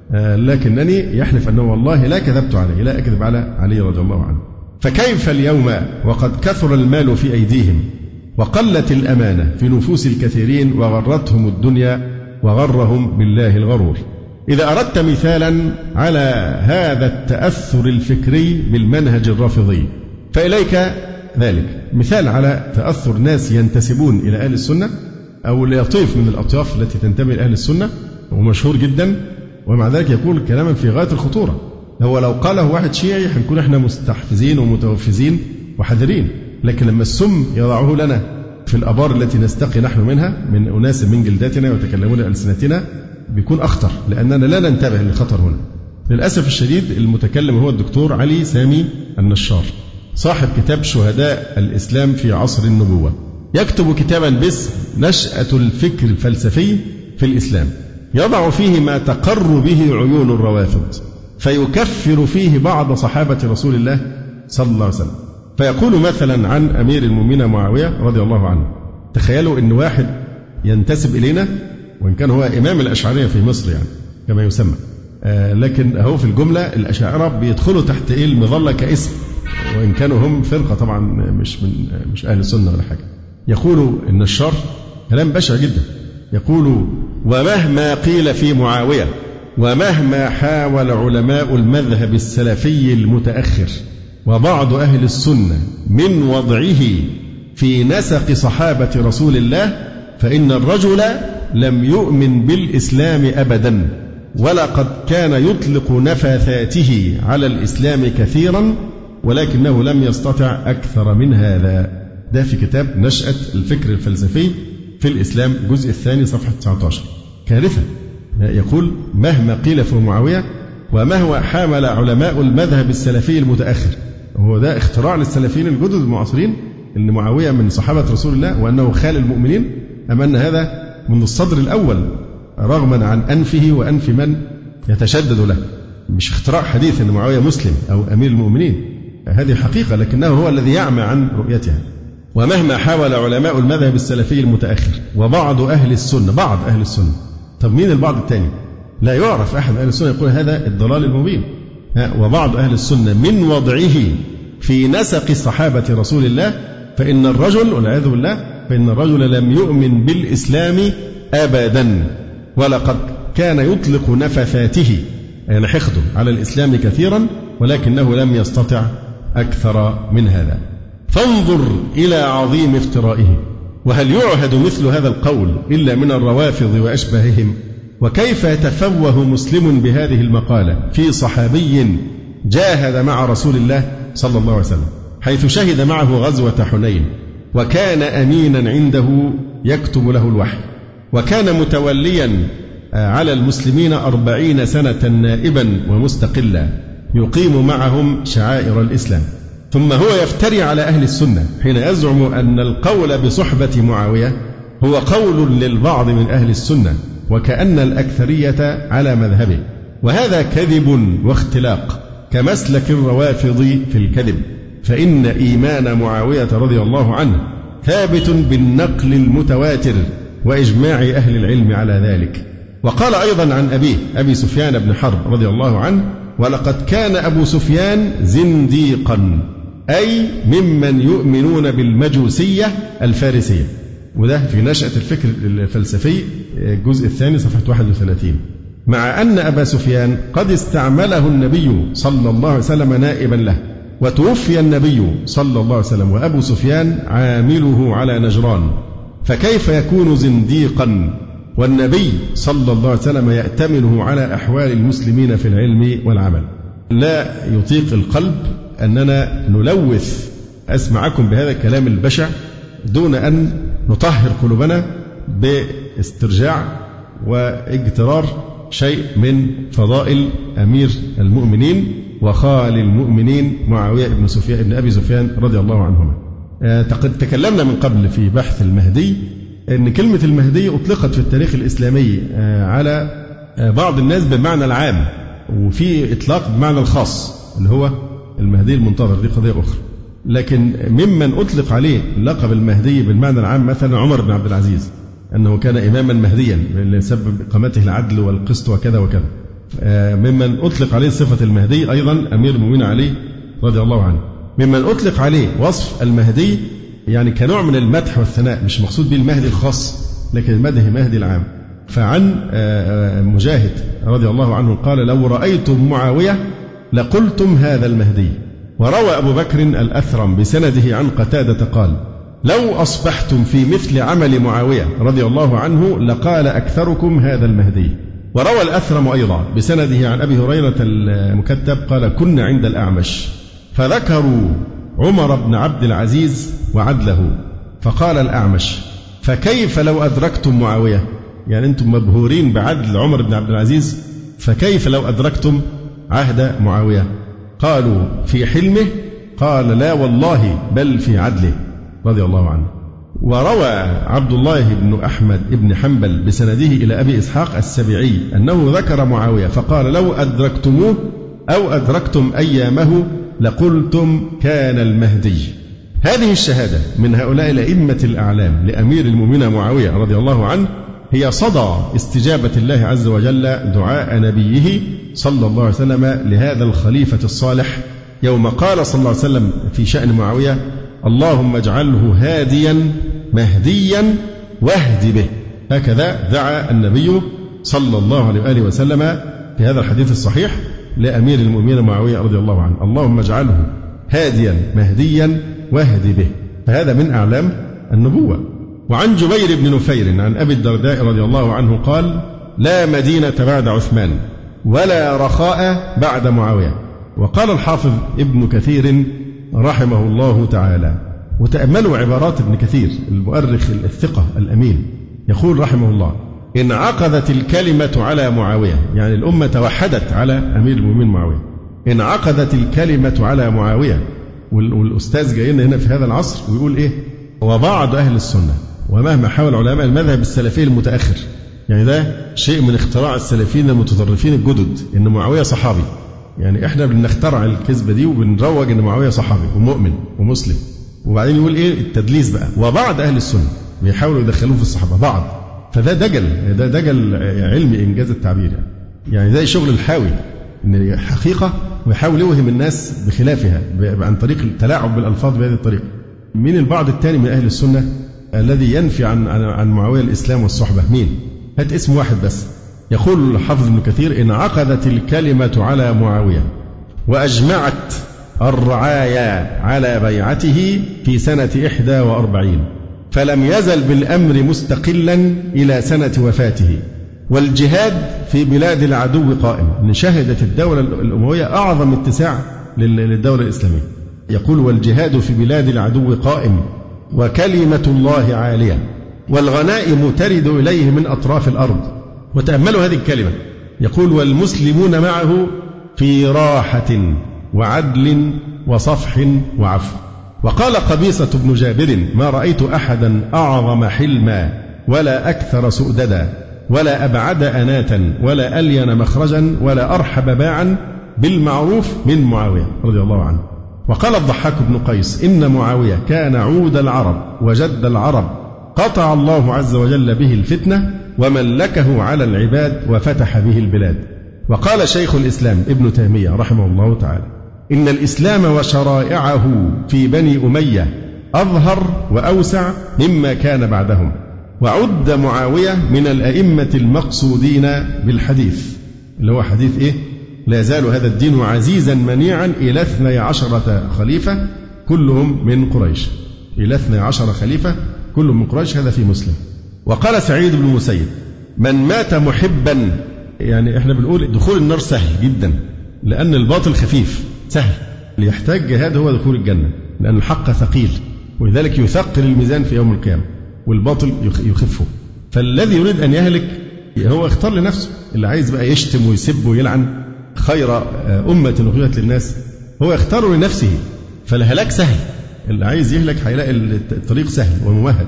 لكنني يحلف أنه والله لا كذبت عليه، لا أكذب على علي رضي الله عنه. فكيف اليوم وقد كثر المال في أيديهم وقلت الأمانة في نفوس الكثيرين وغرتهم الدنيا وغرهم بالله الغرور. إذا أردت مثالا على هذا التأثر الفكري بالمنهج الرافضي فإليك ذلك. مثال على تأثر ناس ينتسبون إلى أهل السنة أو لطيف من الأطياف التي تنتمي إلى أهل السنة ومشهور جدا، ومع ذلك يقول كلاما في غاية الخطورة. هو لو قاله واحد شيعي هنكون احنا مستحفزين ومتوفزين وحذرين، لكن لما السم يضعه لنا في الأبار التي نستقي نحن منها من أناس من جلداتنا ويتكلمون ألسنتنا بيكون أخطر، لأننا لا ننتبه للخطر هنا. للأسف الشديد المتكلم هو الدكتور علي سامي النشار، صاحب كتاب شهداء الإسلام في عصر النبوة، يكتب كتابا باسم نشأة الفكر الفلسفي في الإسلام، يضع فيه ما تقر به عيون الروافض، فيكفر فيه بعض صحابة رسول الله صلى الله عليه وسلم. فيقول مثلا عن أمير المؤمنين معاوية رضي الله عنه، تخيلوا أن واحد ينتسب إلينا وإن كان هو إمام الأشعرية في مصر يعني كما يسمى، لكن هو في الجملة الأشاعرة بيدخلوا تحت المظلة كاسم، وإن كانوا هم فرقة طبعا مش أهل السنة ولا حاجة. يقول النشار كلام بشع جدا، يقول: ومهما قيل في معاوية ومهما حاول علماء المذهب السلفي المتأخر وبعض أهل السنة من وضعه في نسق صحابة رسول الله، فإن الرجل لم يؤمن بالإسلام أبدا، ولقد كان يطلق نفاثاته على الإسلام كثيرا ولكنه لم يستطع أكثر من هذا. ده في كتاب نشأة الفكر الفلسفي في الإسلام جزء الثاني صفحة 19. كارثة. يقول: مهما قيل في معاوية ومهما حامل علماء المذهب السلفي المتأخر. هو ده اختراع للسلفيين الجدد المعاصرين أن معاوية من صحابة رسول الله وأنه خال المؤمنين، أم أن هذا من الصدر الأول رغما عن أنفه وأنف من يتشدد له. مش اختراع حديث أن معاوية مسلم أو أمير المؤمنين، هذه حقيقة لكنه هو الذي يعمى عن رؤيتها. ومهما حاول علماء المذهب السلفي المتأخر وبعض أهل السنة، بعض أهل السنة، طب مين البعض الثاني؟ لا يعرف أحد أهل السنة يقول هذا الضلال المبين. وبعض أهل السنة من وضعه في نسق صحابة رسول الله، فإن الرجل والعياذ بالله فإن الرجل لم يؤمن بالإسلام أبدا، ولقد كان يطلق نفثاته يعني حقده على الإسلام كثيرا ولكنه لم يستطع أكثر من هذا. فانظر إلى عظيم افترائه، وهل يعهد مثل هذا القول إلا من الروافض وأشباههم؟ وكيف يتفوه مسلم بهذه المقالة في صحابي جاهد مع رسول الله صلى الله عليه وسلم حيث شهد معه غزوة حنين، وكان أمينا عنده يكتب له الوحي، وكان متوليا على المسلمين 40 سنة نائبا ومستقلا يقيم معهم شعائر الإسلام. ثم هو يفتري على أهل السنة حين يزعم أن القول بصحبة معاوية هو قول للبعض من أهل السنة وكأن الأكثرية على مذهبه، وهذا كذب واختلاق كمسلك الروافض في الكذب، فإن إيمان معاوية رضي الله عنه ثابت بالنقل المتواتر وإجماع أهل العلم على ذلك. وقال أيضا عن أبيه أبي سفيان بن حرب رضي الله عنه: ولقد كان أبو سفيان زنديقا، أي ممن يؤمنون بالمجوسية الفارسية. وده في نشأة الفكر الفلسفي الجزء الثاني صفحة 31. مع أن أبا سفيان قد استعمله النبي صلى الله عليه وسلم نائبا له، وتوفي النبي صلى الله عليه وسلم وأبو سفيان عامله على نجران، فكيف يكون زنديقا والنبي صلى الله عليه وسلم يأتمنه على أحوال المسلمين في العلم والعمل؟ لا يطيق القلب أننا نلوث أسمعكم بهذا الكلام البشع دون أن نطهر قلوبنا باسترجاع واجترار شيء من فضائل أمير المؤمنين وخال المؤمنين معاوية بن أبي سفيان رضي الله عنهما. تكلمنا من قبل في بحث المهدي أن كلمة المهدي أطلقت في التاريخ الإسلامي على بعض الناس بالمعنى العام، وفي إطلاق بمعنى الخاص اللي هو المهدي المنتظر، دي قضية أخرى. لكن ممن أطلق عليه لقب المهدي بالمعنى العام مثلا عمر بن عبد العزيز، أنه كان إماما مهديا لسبب إقامته العدل والقسط وكذا وكذا. ممن أطلق عليه صفة المهدي أيضا أمير المؤمنين علي رضي الله عنه. ممن أطلق عليه وصف المهدي يعني كنوع من المدح والثناء، مش مقصود به المهدي الخاص لكن المدح مهدي العام. فعن مجاهد رضي الله عنه قال: لو رأيتم معاوية لقلتم هذا المهدي. وروى أبو بكر الأثرم بسنده عن قتادة قال: لو أصبحتم في مثل عمل معاوية رضي الله عنه لقال أكثركم هذا المهدي. وروى الأثرم أيضا بسنده عن أبي هريرة المكتب قال: كنا عند الأعمش فذكروا عمر بن عبد العزيز وعدله، فقال الأعمش: فكيف لو أدركتم معاوية؟ يعني أنتم مبهورين بعدل عمر بن عبد العزيز، فكيف لو أدركتم عهد معاوية؟ قالوا: في حلمه؟ قال: لا والله بل في عدله رضي الله عنه. وروى عبد الله بن أحمد بن حنبل بسنده إلى أبي إسحاق السبيعي أنه ذكر معاوية فقال: لو أدركتموه أو أدركتم أيامه لقلتم كان المهدي. هذه الشهادة من هؤلاء الأئمة الأعلام لأمير المؤمنين معاوية رضي الله عنه هي صدى استجابة الله عز وجل دعاء نبيه صلى الله عليه وسلم لهذا الخليفة الصالح يوم قال صلى الله عليه وسلم في شأن معاوية: اللهم اجعله هاديا مهديا واهد به. هكذا دعا النبي صلى الله عليه وآله وسلم في هذا الحديث الصحيح لأمير المؤمنين معاوية رضي الله عنه: اللهم اجعله هاديا مهديا واهد به. فهذا من أعلام النبوة. وعن جبير بن نفير عن أبي الدرداء رضي الله عنه قال: لا مدينة بعد عثمان ولا رخاء بعد معاوية. وقال الحافظ ابن كثير رحمه الله تعالى، وتأملوا عبارات ابن كثير المؤرخ الثقة الأمين، يقول رحمه الله: انعقدت الكلمة على معاوية، يعني الأمة توحدت على أمير المؤمنين معاوية. انعقدت الكلمة على معاوية. والأستاذ جاي لنا هنا في هذا العصر ويقول إيه؟ وبعض أهل السنة، ومهما حاول علماء المذهب السلفي المتأخر، يعني ده شيء من اختراع السلفيين المتطرفين الجدد إن معاوية صحابي. يعني إحنا بنخترع الكذبة دي وبنروج إن معاوية صحابي ومؤمن ومسلم، وبعدين يقول إيه التدليس بقى، وبعض أهل السنة بيحاولوا يدخلوه في الصحابة بعض. فده دجل علمي إنجاز التعبير، يعني ده شغل الحاوي إن حقيقة ويحاول يوهم الناس بخلافها عن طريق التلاعب بالألفاظ بهذه الطريقة. من البعض الثاني من أهل السنة الذي ينفي عن معاوية الإسلام والصحبة؟ مين؟ هات اسم واحد بس. يقول الحافظ ابن كثير: انعقدت الكلمة على معاوية وأجمعت الرعايا على بيعته في سنة 41، فلم يزل بالأمر مستقلا إلى سنة وفاته، والجهاد في بلاد العدو قائم. شهدت الدولة الأموية أعظم اتساع للدولة الإسلامية. يقول: والجهاد في بلاد العدو قائم وكلمة الله عالية والغنائم ترد إليه من أطراف الأرض. وتأملوا هذه الكلمة، يقول: والمسلمون معه في راحة وعدل وصفح وعفو. وقال قبيصة بن جابر: ما رأيت أحدا أعظم حلما ولا أكثر سؤددا ولا أبعد أناتا ولا ألين مخرجا ولا أرحب باعا بالمعروف من معاوية رضي الله عنه. وقال الضحاك بن قيس: إن معاوية كان عود العرب وجد العرب، قطع الله عز وجل به الفتنة وملكه على العباد وفتح به البلاد. وقال شيخ الإسلام ابن تيمية رحمه الله تعالى: إن الإسلام وشرائعه في بني أمية أظهر وأوسع مما كان بعدهم، وعد معاوية من الأئمة المقصودين بالحديث اللي هو حديث إيه؟ لا يزال هذا الدين عزيزا منيعا إلى 12 خليفة كلهم من قريش. إلى 12 خليفة كلهم من قريش، هذا في مسلم. وقال سعيد بن المسيب: من مات محبا، يعني احنا بنقول دخول النار سهل جدا لأن الباطل خفيف سهل، اللي يحتاج جهاد هو دخول الجنة لأن الحق ثقيل، ولذلك يثقل الميزان في يوم القيامة والباطل يخفه. فالذي يريد أن يهلك هو اختار لنفسه، اللي عايز بقى يشتم ويسب ويلعن خير أمة أخرجت للناس هو يختار لنفسه، فالهلاك سهل. اللي عايز يهلك هيلاقي الطريق سهل وممهد.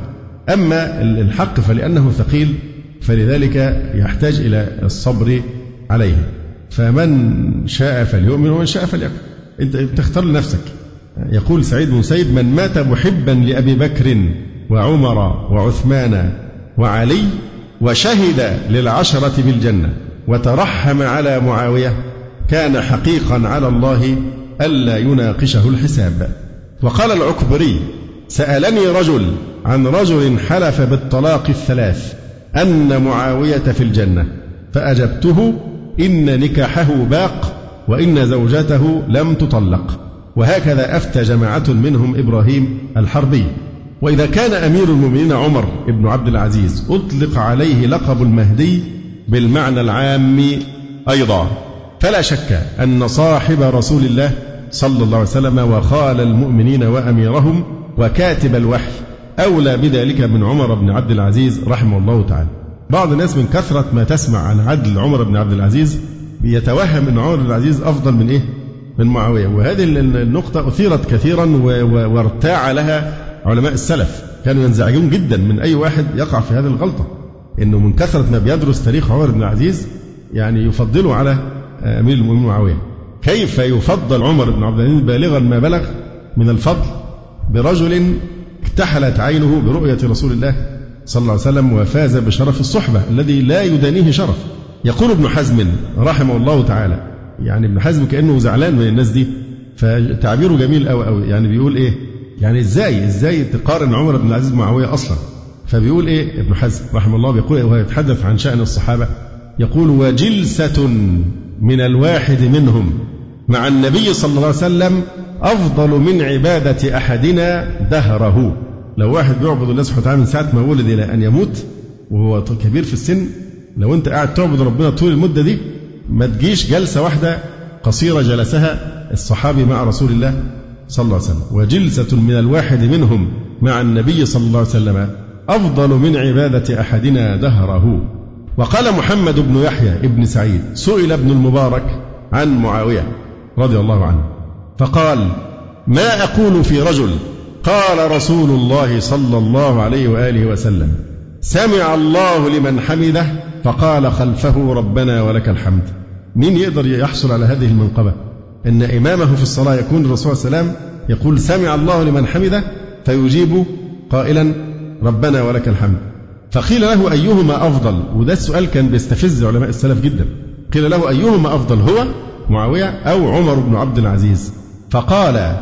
أما الحق فلأنه ثقيل فلذلك يحتاج إلى الصبر عليه. فمن شاء فليؤمن ومن شاء فليكفر، أنت تختار لنفسك. يقول سعيد بن المسيب: من مات محبا لأبي بكر وعمر وعثمان وعلي وشهد للعشرة بالجنة وترحم على معاوية كان حقيقا على الله ألا يناقشه الحساب. وقال العكبري: سألني رجل عن رجل حلف بالطلاق الثلاث أن معاوية في الجنة، فأجبته: إن نكاحه باق وإن زوجته لم تطلق. وهكذا أفتى جماعة منهم إبراهيم الحربي. وإذا كان أمير المؤمنين عمر بن عبد العزيز أطلق عليه لقب المهدي بالمعنى العام أيضا، فلا شك أن صاحب رسول الله صلى الله عليه وسلم وخال المؤمنين وأميرهم وكاتب الوحي أولى بذلك من عمر بن عبد العزيز رحمه الله تعالى. بعض الناس من كثرة ما تسمع عن عدل عمر بن عبد العزيز بيتوهم أن عمر بن العزيز أفضل من إيه؟ من معاوية. وهذه النقطة أثيرت كثيرا وارتاع لها علماء السلف، كانوا ينزعجون جدا من أي واحد يقع في هذه الغلطة، إنه من كثرة ما بيدرس تاريخ عمر بن العزيز يعني يفضله على أمير المؤمنين معاوية. كيف يفضل عمر بن عبد العزيز بالغا ما بلغ من الفضل برجل اكتحلت عينه برؤية رسول الله صلى الله عليه وسلم وفاز بشرف الصحبة الذي لا يدانيه شرف. يقول ابن حزم رحمه الله تعالى، يعني ابن حزم كأنه زعلان من الناس دي، فتعبيره جميل أوي أوي. يعني بيقول إيه؟ يعني إزاي تقارن عمر بن العزيز معاوية أصلا؟ فبيقول إيه ابن حزم رحمه الله؟ بيقول وهو يتحدث عن شأن الصحابة يقول: وجلسة من الواحد منهم مع النبي صلى الله عليه وسلم أفضل من عبادة أحدنا دهره. لو واحد بيعبد الله سبحانه وتعالى من ساعة ما ولد إلى أن يموت وهو كبير في السن، لو أنت قاعد تعبد ربنا طول المدة دي ما تجيش جلسة واحدة قصيرة جلسها الصحابي مع رسول الله صلى الله عليه وسلم. وجلسة من الواحد منهم مع النبي صلى الله عليه وسلم أفضل من عبادة أحدنا دهره. وقال محمد بن يحيى ابن سعيد: سئل ابن المبارك عن معاوية رضي الله عنه فقال: ما أقول في رجل قال رسول الله صلى الله عليه وآله وسلم: سمع الله لمن حمده فقال خلفه ربنا ولك الحمد. مين يقدر يحصل على هذه المنقبة إن إمامه في الصلاة يكون الرسول صلى الله عليه وسلم يقول سمع الله لمن حمده فيجيب قائلا ربنا ولك الحمد؟ فقيل له: أيهما أفضل؟ وده السؤال كان بيستفز علماء السلف جدا. قيل له: أيهما أفضل، هو معاوية أو عمر بن عبد العزيز؟ فقال: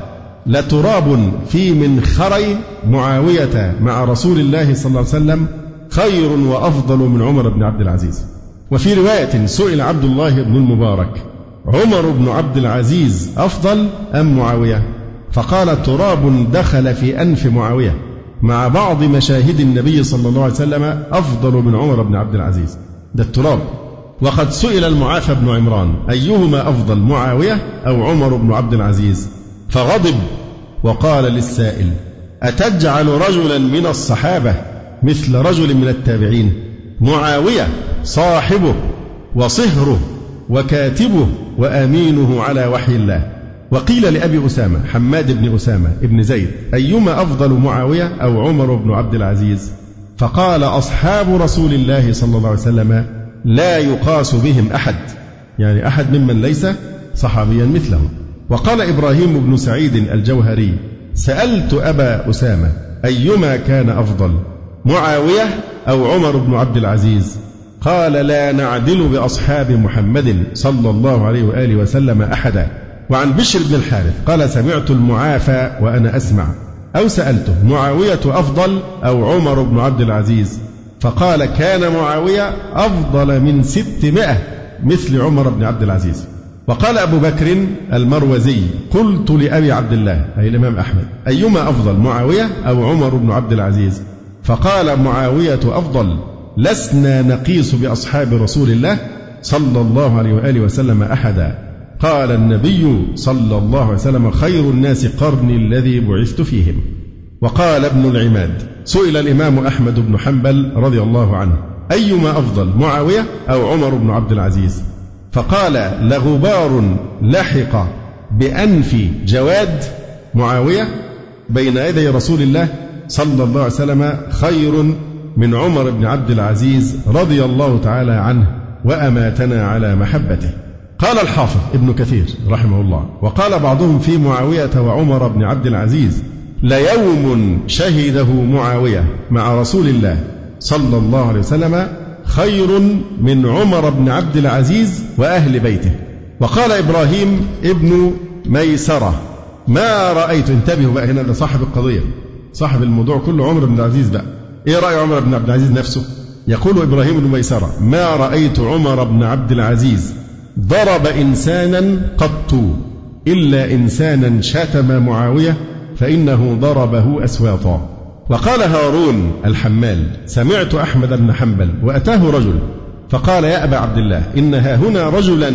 لتراب في منخري معاوية مع رسول الله صلى الله عليه وسلم خير وأفضل من عمر بن عبد العزيز. وفي رواية سئل عبد الله بن المبارك: عمر بن عبد العزيز أفضل أم معاوية؟ فقال: تراب دخل في أنف معاوية مع بعض مشاهد النبي صلى الله عليه وسلم أفضل من عمر بن عبد العزيز. ده التراب. وقد سئل المعافى بن عمران: أيهما أفضل، معاوية أو عمر بن عبد العزيز؟ فغضب وقال للسائل: أتجعل رجلا من الصحابة مثل رجل من التابعين؟ معاوية صاحبه وصهره وكاتبه وأمينه على وحي الله. وقيل لأبي أسامة حماد بن أسامة ابن زيد: أيما أفضل، معاوية أو عمر بن عبد العزيز؟ فقال: أصحاب رسول الله صلى الله عليه وسلم لا يقاس بهم أحد، يعني أحد ممن ليس صحابيا مثلهم. وقال إبراهيم بن سعيد الجوهري: سألت أبا أسامة أيما كان أفضل، معاوية أو عمر بن عبد العزيز؟ قال: لا نعدل بأصحاب محمد صلى الله عليه وآله وسلم أحدا. وعن بشر بن الحارث قال: سمعت المعافى وأنا أسمع، أو سألته: معاوية أفضل أو عمر بن عبد العزيز؟ فقال: كان معاوية أفضل من 600 مثل عمر بن عبد العزيز. وقال أبو بكر المروزي: قلت لأبي عبد الله أي الإمام أحمد: أيما أفضل، معاوية أو عمر بن عبد العزيز؟ فقال: معاوية أفضل، لسنا نقيس بأصحاب رسول الله صلى الله عليه وآله وسلم أحدا. قال النبي صلى الله عليه وسلم: خير الناس قرني الذي بعثت فيهم. وقال ابن العماد: سئل الإمام أحمد بن حنبل رضي الله عنه: أيما أفضل، معاوية أو عمر بن عبد العزيز؟ فقال: لغبار لحق بأنف جواد معاوية بين يدي رسول الله صلى الله عليه وسلم خير من عمر بن عبد العزيز رضي الله تعالى عنه وأماتنا على محبته. قال الحافظ ابن كثير رحمه الله: وقال بعضهم في معاوية وعمر بن عبد العزيز: ليوم شهده معاوية مع رسول الله صلى الله عليه وسلم خير من عمر بن عبد العزيز وأهل بيته. وقال إبراهيم ابن ميسرة: ما رأيت، انتبهوا بقى هنا، ده صاحب القضية صاحب الموضوع كله عمر بن العزيز بقى. إيه رأي عمر بن عبد العزيز نفسه؟ يقول إبراهيم بن ميسرة: ما رأيت عمر بن عبد العزيز ضرب إنسانا قط إلا إنسانا شتم معاوية فإنه ضربه أسواطا. وقال هارون الحمال: سمعت أحمد بن حنبل وأتاه رجل فقال: يا أبا عبد الله، إن هاهنا رجلا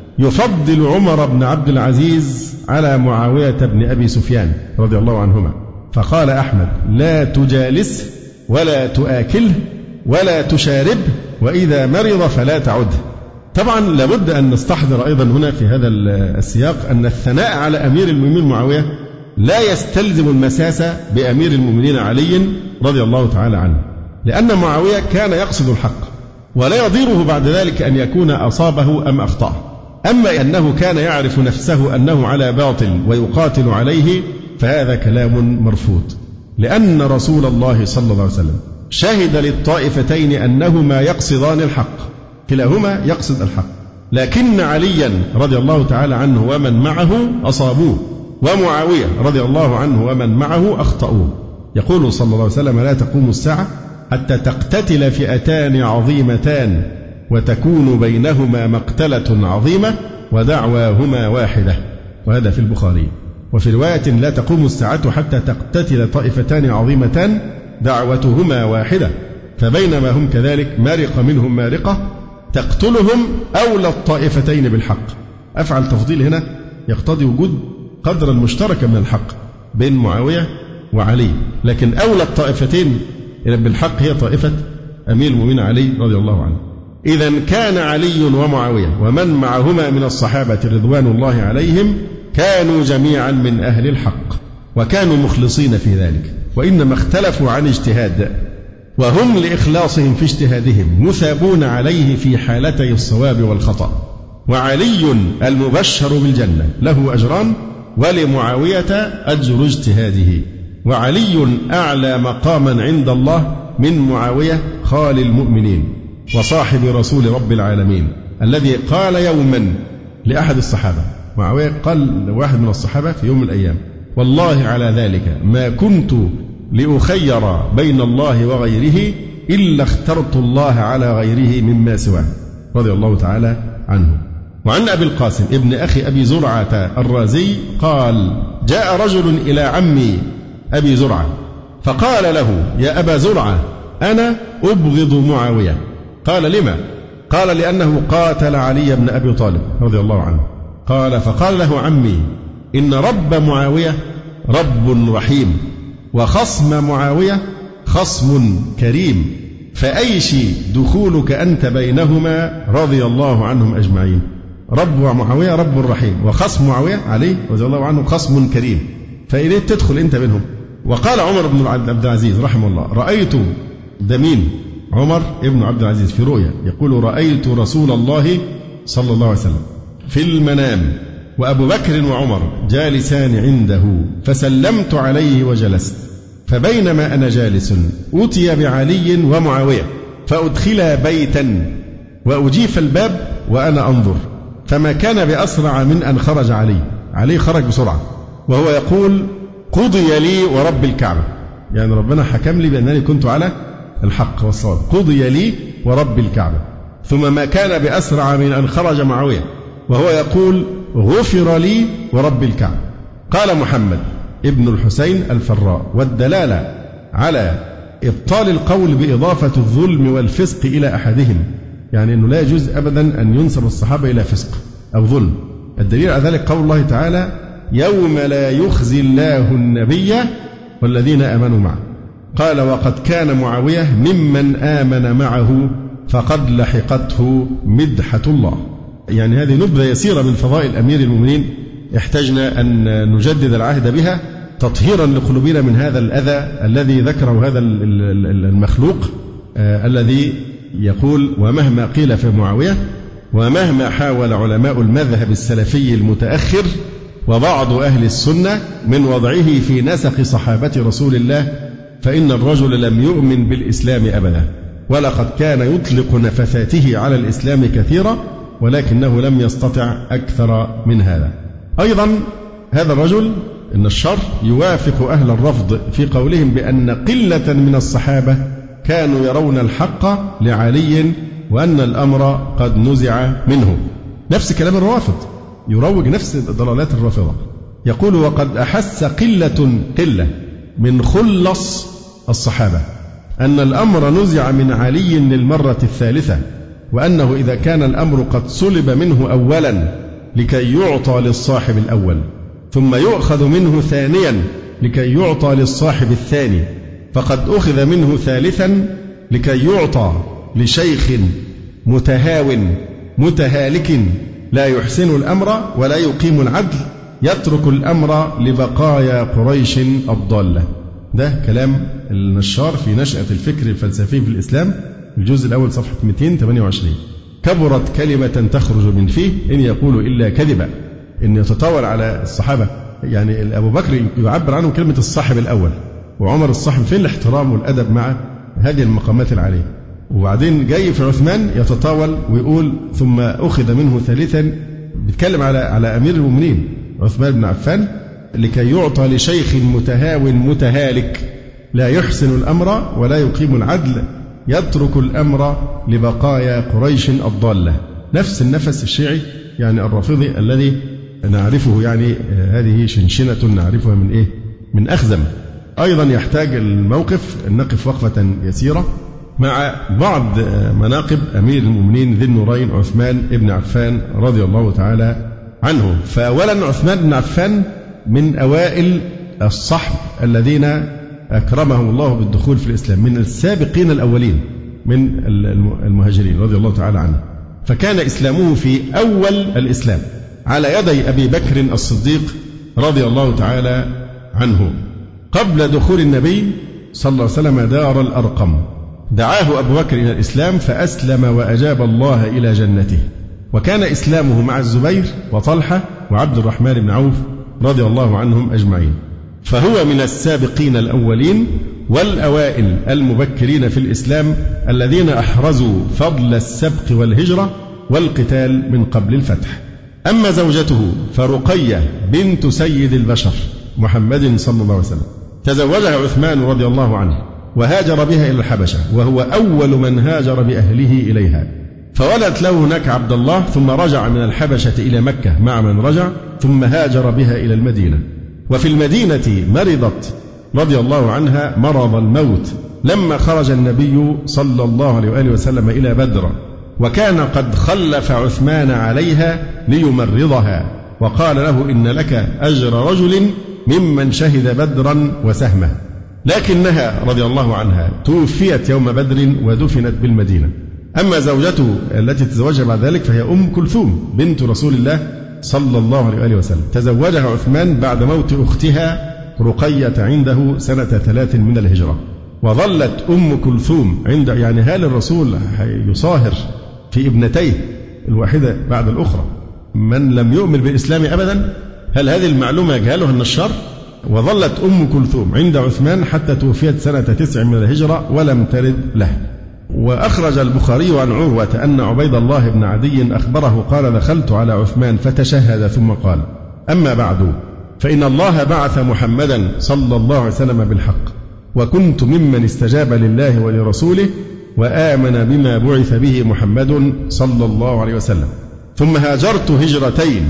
يفضل عمر بن عبد العزيز على معاوية بن أبي سفيان رضي الله عنهما. فقال أحمد: لا تجالسه ولا تآكله ولا تشاربه، وإذا مرض فلا تعده. طبعا لابد أن نستحضر أيضا هنا في هذا السياق أن الثناء على أمير المؤمنين معاوية لا يستلزم المساس بأمير المؤمنين علي رضي الله تعالى عنه، لأن معاوية كان يقصد الحق ولا يضيره بعد ذلك أن يكون أصابه أم أخطأ. أما أنه كان يعرف نفسه أنه على باطل ويقاتل عليه فهذا كلام مرفوض، لأن رسول الله صلى الله عليه وسلم شهد للطائفتين أنهما يقصدان الحق، كلاهما يقصد الحق، لكن عليا رضي الله تعالى عنه ومن معه أصابوه، ومعاوية رضي الله عنه ومن معه أخطأوه. يقول صلى الله عليه وسلم: لا تقوم الساعة حتى تقتتل فئتان عظيمتان وتكون بينهما مقتلة عظيمة ودعواهما واحدة. وهذا في البخاري. وفي رواية: لا تقوم الساعة حتى تقتتل طائفتان عظيمتان دعوتهما واحدة، فبينما هم كذلك مرق منهم مارقة تقتلهم أولى الطائفتين بالحق. أفعل تفضيل هنا يقتضي وجود قدر المشترك من الحق بين معاوية وعلي، لكن أولى الطائفتين بالحق هي طائفة أمير المؤمنين علي رضي الله عنه. إذا كان علي ومعاوية ومن معهما من الصحابة رضوان الله عليهم كانوا جميعا من أهل الحق وكانوا مخلصين في ذلك، وإنما اختلفوا عن اجتهاد، وهم لإخلاصهم في اجتهادهم مثابون عليه في حالتي الصواب والخطأ. وعلي المبشر بالجنة له أجران، ولمعاوية أجر اجتهاده. وعلي أعلى مقاما عند الله من معاوية خال المؤمنين وصاحب رسول رب العالمين، الذي قال يوما لأحد الصحابة، معاوية قال لواحد من الصحابة في يوم من الأيام: والله على ذلك ما كنت لأخير بين الله وغيره إلا اخترت الله على غيره مما سواه، رضي الله تعالى عنه. وعن أبي القاسم ابن أخي أبي زرعة الرازي قال: جاء رجل إلى عمي أبي زرعة فقال له: يا أبا زرعة، أنا أبغض معاوية. قال: لما؟ قال: لأنه قاتل علي بن أبي طالب رضي الله عنه. قال: فقال له عمي: إن رب معاوية رب رحيم، وخصم معاوية خصم كريم، فأيش دخولك أنت بينهما رضي الله عنهم أجمعين. رب معاوية رب رحيم، وخصم معاوية عليه رضي الله عنه خصم كريم، فإليه تدخل أنت بينهم. وقال عمر بن عبد العزيز رحمه الله: رأيت دمين عمر بن عبد العزيز في رؤيا يقول: رأيت رسول الله صلى الله عليه وسلم في المنام وأبو بكر وعمر جالسان عنده، فسلمت عليه وجلست، فبينما أنا جالس أتي بعلي ومعاوية فأدخلا بيتا وأجيف الباب وأنا أنظر، فما كان بأسرع من أن خرج علي خرج بسرعة وهو يقول: قضي لي ورب الكعبة، يعني ربنا حكم لي بأنني كنت على الحق والصواب، قضي لي ورب الكعبة. ثم ما كان بأسرع من أن خرج معاوية وهو يقول غفر لي ورب الكعبة. قال محمد ابن الحسين الفراء: والدلالة على إبطال القول بإضافة الظلم والفسق إلى أحدهم، يعني أنه لا يجوز أبدا أن ينسب الصحابة إلى فسق أو ظلم. الدليل على ذلك قول الله تعالى: يوم لا يخزي الله النبي والذين آمنوا معه. قال: وقد كان معاوية ممن آمن معه فقد لحقته مدحة الله. يعني هذه نبذة يسيرة من فضائل أمير المؤمنين احتجنا أن نجدد العهد بها تطهيرا لقلوبنا من هذا الأذى الذي ذكره هذا المخلوق الذي يقول: ومهما قيل في معاوية ومهما حاول علماء المذهب السلفي المتأخر وبعض أهل السنة من وضعه في نسق صحابة رسول الله فإن الرجل لم يؤمن بالإسلام أبدا، ولقد كان يطلق نفثاته على الإسلام كثيرا ولكنه لم يستطع أكثر من هذا. أيضا هذا الرجل النشار يوافق أهل الرفض في قولهم بأن قلة من الصحابة كانوا يرون الحق لعلي وأن الأمر قد نزع منه. نفس كلام الروافض، يروج نفس ضلالات الرافضة. يقول: وقد أحس قلة من خلص الصحابة أن الأمر نزع من علي للمرة الثالثة، وأنه إذا كان الأمر قد سلب منه أولا لكي يعطى للصاحب الأول ثم يؤخذ منه ثانيا لكي يعطى للصاحب الثاني، فقد أخذ منه ثالثا لكي يعطى لشيخ متهاو متهالك لا يحسن الأمر ولا يقيم العدل يترك الأمر لبقايا قريش الضالة. ده كلام النشار في نشأة الفكر الفلسفي في الإسلام، الجزء الأول صفحة 228. كبرت كلمة تخرج من فيه إن يقول إلا كذبا. إن يتطاول على الصحابة، يعني أبو بكر يعبر عنه كلمة الصاحب الأول، وعمر الصاحب، فين الاحترام والأدب مع هذه المقامات العالية؟ وبعدين جاي في عثمان يتطاول ويقول ثم أخذ منه ثالثا، بيتكلم على أمير المؤمنين عثمان بن عفان، لكي يعطى لشيخ متهاو متهالك لا يحسن الأمر ولا يقيم العدل يترك الأمر لبقايا قريش الضالة. نفس النفس الشيعي يعني الرافضي الذي نعرفه، يعني هذه شنشنة نعرفها من إيه؟ من أخزم. أيضا يحتاج الموقف أن نقف وقفة يسيرة مع بعض مناقب أمير المؤمنين ذي النورين عثمان بن عفان رضي الله تعالى عنه. فأولا عثمان بن عفان من أوائل الصحب الذين أكرمهم الله بالدخول في الإسلام، من السابقين الأولين من المهاجرين رضي الله تعالى عنه. فكان إسلامه في أول الإسلام على يدي أبي بكر الصديق رضي الله تعالى عنه. قبل دخول النبي صلى الله عليه وسلم دار الأرقم دعاه أبو بكر إلى الإسلام فأسلم وأجاب الله إلى جنته. وكان إسلامه مع الزبير وطلحة وعبد الرحمن بن عوف رضي الله عنهم أجمعين. فهو من السابقين الأولين والأوائل المبكرين في الإسلام الذين أحرزوا فضل السبق والهجرة والقتال من قبل الفتح. أما زوجته فرقية بنت سيد البشر محمد صلى الله عليه وسلم تزوجها عثمان رضي الله عنه وهاجر بها إلى الحبشة، وهو أول من هاجر بأهله إليها، فولدت له هناك عبد الله، ثم رجع من الحبشة إلى مكة مع من رجع، ثم هاجر بها إلى المدينة. وفي المدينة مرضت رضي الله عنها مرض الموت لما خرج النبي صلى الله عليه وآله وسلم إلى بدر، وكان قد خلف عثمان عليها ليمرضها، وقال له إن لك أجر رجل ممن شهد بدرا وسهمه. لكنها رضي الله عنها توفيت يوم بدر ودفنت بالمدينة. أما زوجته التي تزوجها بعد ذلك فهي أم كلثوم بنت رسول الله صلى الله عليه وآله وسلم، تزوجها عثمان بعد موت أختها رقية عنده سنة 3 من الهجرة. وظلت أم كلثوم عند يعني هال الرسول يصاهر في ابنتيه الواحدة بعد الأخرى. من لم يؤمن بالإسلام أبدا، هل هذه المعلومة يجهلها النشار؟ وظلت أم كلثوم عند عثمان حتى توفيت سنة 9 من الهجرة ولم تلد له. وأخرج البخاري عن عروة أن عبيد الله بن عدي أخبره قال دخلت على عثمان فتشهد ثم قال أما بعد فإن الله بعث محمدا صلى الله عليه وسلم بالحق، وكنت ممن استجاب لله ولرسوله، وآمن بما بعث به محمد صلى الله عليه وسلم. ثم هاجرت هجرتين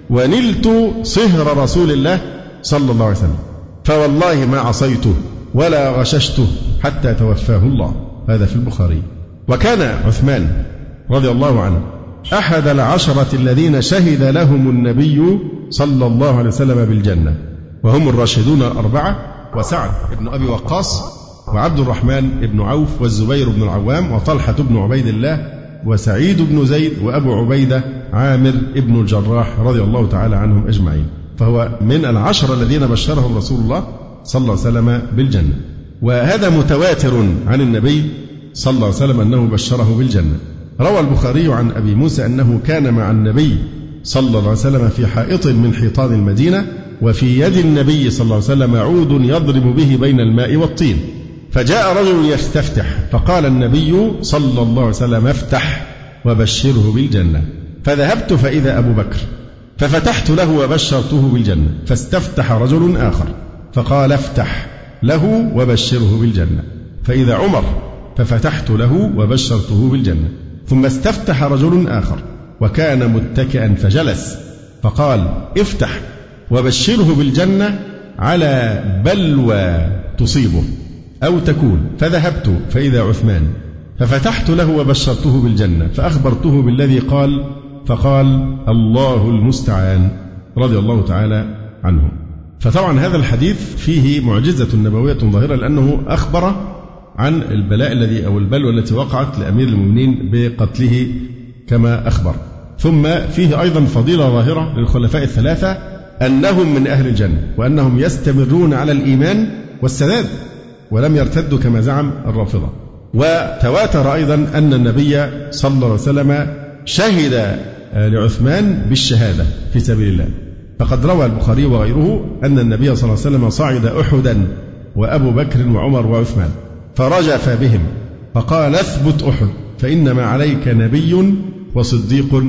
ونلت صهر رسول الله صلى الله عليه وسلم، فوالله ما عصيته ولا غششته حتى توفاه الله. هذا في البخاري. وكان عثمان رضي الله عنه أحد العشرة الذين شهد لهم النبي صلى الله عليه وسلم بالجنة، وهم الراشدون الأربعة، وسعد بن أبي وقاص، وعبد الرحمن بن عوف، والزبير بن العوام، وطلحة بن عبيد الله، وسعيد بن زيد، وأبو عبيدة عامر بن الجراح رضي الله تعالى عنهم أجمعين. فهو من العشرة الذين بشرهم رسول الله صلى الله عليه وسلم بالجنة. وهذا متواتر عن النبي صلى الله عليه وسلم أنه بشره بالجنة. روى البخاري عن أبي موسى أنه كان مع النبي صلى الله عليه وسلم في حائط من حيطان المدينة، وفي يد النبي صلى الله عليه وسلم عود يضرب به بين الماء والطين، فجاء رجل يستفتح، فقال النبي صلى الله عليه وسلم: افتح وبشره بالجنة. فذهبت فإذا أبو بكر، ففتحت له وبشرته بالجنة. فاستفتح رجل آخر فقال: افتح له وبشره بالجنة. فإذا عمر، ففتحت له وبشرته بالجنة. ثم استفتح رجل آخر وكان متكئا فجلس، فقال: افتح وبشره بالجنة على بلوى تصيبه أو تكون. فذهبت فإذا عثمان، ففتحت له وبشرته بالجنة، فأخبرته بالذي قال، فقال: الله المستعان، رضي الله تعالى عنه. فطبعا هذا الحديث فيه معجزة نبوية ظاهرة، لأنه أخبر عن البلاء الذي أو البلوى التي وقعت لأمير المؤمنين بقتله كما أخبر. ثم فيه أيضا فضيلة ظاهرة للخلفاء الثلاثة، أنهم من أهل الجنة، وأنهم يستمرون على الإيمان والسداد ولم يرتدوا كما زعم الرافضة. وتواتر أيضا أن النبي صلى الله عليه وسلم شهد لعثمان بالشهادة في سبيل الله. فقد روى البخاري وغيره أن النبي صلى الله عليه وسلم صعد أحدا وأبو بكر وعمر وعثمان، فرجف بهم فقال: اثبت أحد فإنما عليك نبي وصديق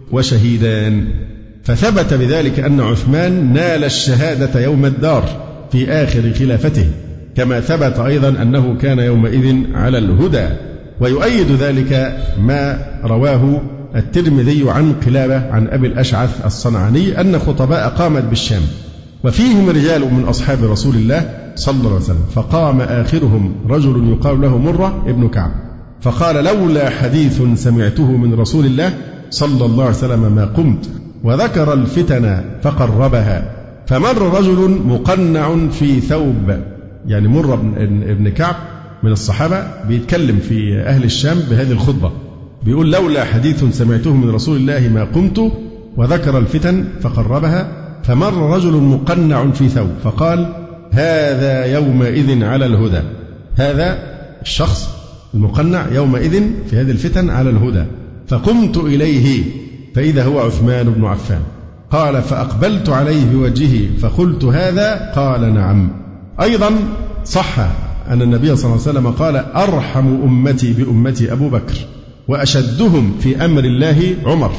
وشهيدان. فثبت بذلك أن عثمان نال الشهادة يوم الدار في آخر خلافته، كما ثبت أيضا أنه كان يومئذ على الهدى. ويؤيد ذلك ما رواه الترمذي عن قلابة عن أبي الأشعث الصنعاني أن خطباء قامت بالشام، وفيهم رجال من أصحاب رسول الله صلى الله عليه وسلم، فقام آخرهم رجل يقال له مرة ابن كعب، فقال: لولا حديث سمعته من رسول الله صلى الله عليه وسلم ما قمت، وذكر الفتن فقربها. فمر رجل مقنع في ثوب، يعني مر ابن كعب من الصحابة بيتكلم في أهل الشام بهذه الخطبة، بيقول: لولا حديث سمعته من رسول الله ما قمت، وذكر الفتن فقربها. فمر رجل مقنع في ثوب فقال: هذا يومئذ على الهدى. هذا الشخص المقنع يومئذ في هذه الفتن على الهدى. فقمت إليه فإذا هو عثمان بن عفان. قال: فأقبلت عليه بوجهه فقلت: هذا؟ قال: نعم. أيضا صح أن النبي صلى الله عليه وسلم قال: أرحم أمتي بأمتي أبو بكر، وأشدهم في أمر الله عمر،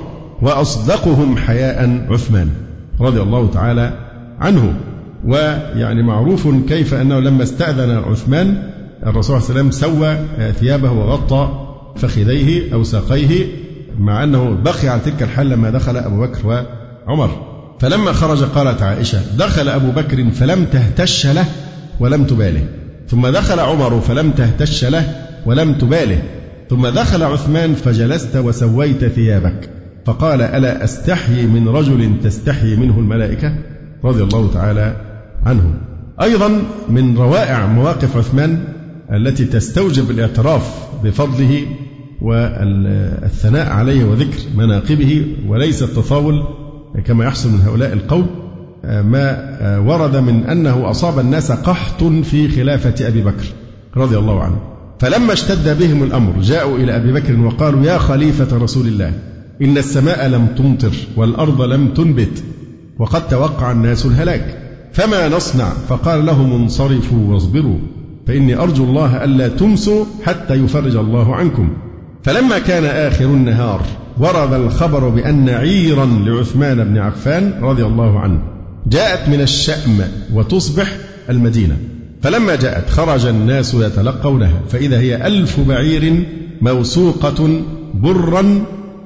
وأصدقهم حياء عثمان، رضي الله تعالى عنه. ويعني معروف كيف أنه لما استأذن عثمان الرسول صلى الله عليه وسلم سوى ثيابه وغطى فخذيه أو ساقيه، مع أنه بقي على تلك الحال لما دخل أبو بكر وعمر. فلما خرج قالت عائشة: دخل أبو بكر فلم تهتش له ولم تباله، ثم دخل عمر فلم تهتش له ولم تباله، ثم دخل عثمان فجلست وسويت ثيابك. فقال: ألا أستحيي من رجل تستحيي منه الملائكة، رضي الله تعالى عنه. أيضا من روائع مواقف عثمان التي تستوجب الاعتراف بفضله والثناء عليه وذكر مناقبه وليس التطاول كما يحصل من هؤلاء القوم، ما ورد من أنه أصاب الناس قحط في خلافة أبي بكر رضي الله عنه، فلما اشتد بهم الأمر جاءوا إلى أبي بكر وقالوا: يا خليفة رسول الله، إن السماء لم تمطر والأرض لم تنبت وقد توقع الناس الهلاك، فما نصنع؟ فقال لهم: انصرفوا واصبروا، فإني أرجو الله ألا تمسوا حتى يفرج الله عنكم. فلما كان آخر النهار ورد الخبر بأن عيرا لعثمان بن عفان رضي الله عنه جاءت من الشأم وتصبح المدينة، فلما جاءت خرج الناس يتلقونها فإذا هي 1000 بعير موسوقة برا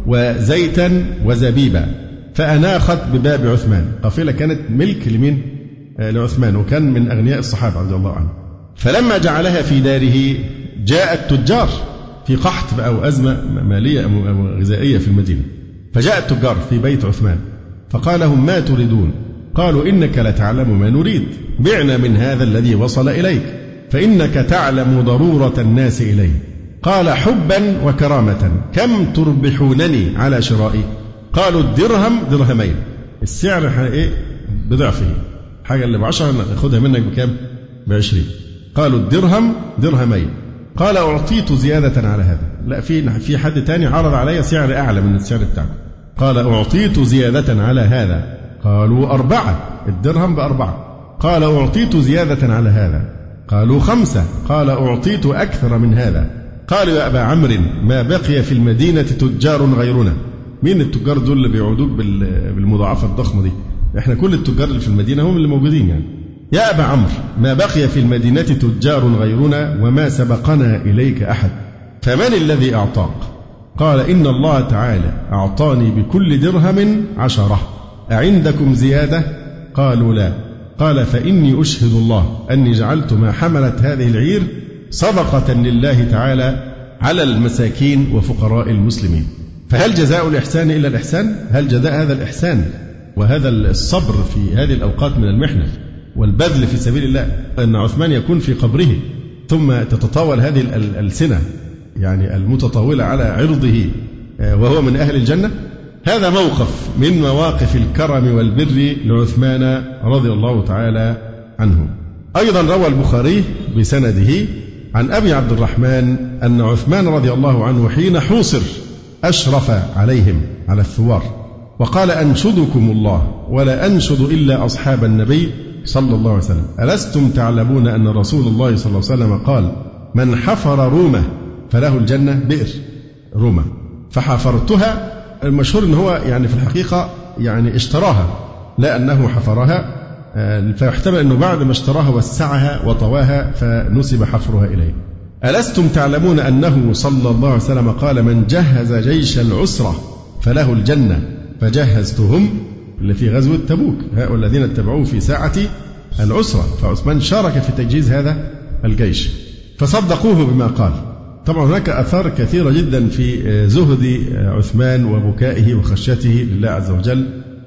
وزيتا وزبيبا، فأناخت بباب عثمان. قافلة كانت ملك لمين؟ لعثمان، وكان من أغنياء الصحابة رضي الله عنه. فلما جعلها في داره جاء التجار في قحط أو أزمة مالية أو غذائية في المدينة، فجاء التجار في بيت عثمان فقال لهم: ما تريدون؟ قالوا: إنك لتعلم ما نريد، بعنا من هذا الذي وصل إليك، فإنك تعلم ضرورة الناس إليه. قال: حبا وكرامة، كم تربحونني على شرائي؟ قالوا: الدرهم درهمين، السعر بضعفه، حاجة اللي ب10 ناخدها منك بكام؟ ب20. قالوا: الدرهم درهمين. قال: أعطيت زيادة على هذا. لا، في حد تاني عرض علي سعر أعلى من السعر بتاعه. قال: أعطيت زيادة على هذا. قالوا: 4، الدرهم ب4. قال: أعطيت زيادة على هذا. قالوا: 5. قال: أعطيت أكثر من هذا. قالوا: يا أبا عمرو، ما بقي في المدينة تجار غيرنا. مين التجار دول اللي بيعودوك بالمضاعفة الضخمة دي؟ احنا كل التجار اللي في المدينة هم اللي موجودين يعني. يا أبا عمرو، ما بقي في المدينة تجار غيرنا وما سبقنا إليك أحد، فمن الذي أعطاك؟ قال: إن الله تعالى أعطاني بكل درهم 10. أعندكم زيادة؟ قالوا: لا. قال: فإني أشهد الله أني جعلت ما حملت هذه العير صدقة لله تعالى على المساكين وفقراء المسلمين. فهل جزاء الإحسان إلا الإحسان؟ هل جزاء هذا الإحسان وهذا الصبر في هذه الأوقات من المحنة والبذل في سبيل الله أن عثمان يكون في قبره ثم تتطاول هذه الألسنة يعني المتطاولة على عرضه وهو من أهل الجنة؟ هذا موقف من مواقف الكرم والبر لعثمان رضي الله تعالى عنه. أيضا روى البخاري بسنده عن أبي عبد الرحمن أن عثمان رضي الله عنه حين حوصر أشرف عليهم على الثوار وقال: أنشدكم الله ولا أنشد إلا أصحاب النبي صلى الله عليه وسلم، ألستم تعلمون أن رسول الله صلى الله عليه وسلم قال: من حفر رومة فله الجنة، بئر رومة، فحفرتها. المشهور أنه هو يعني في الحقيقة يعني اشتراها، لا أنه حفرها، فيحتمل أنه بعد ما اشتراها وسعها وطواها فنسب حفرها إليه. ألستم تعلمون أنه صلى الله عليه وسلم قال: من جهز جيش العسرة فله الجنة، فجهزتهم، اللي في غزوة تبوك، هؤلاء الذين اتبعوه في ساعة العسرة، فعثمان شارك في تجهيز هذا الجيش فصدقوه بما قال. طبعا هناك آثار كثيرة جدا في زهد عثمان وبكائه وخشيته لله عز وجل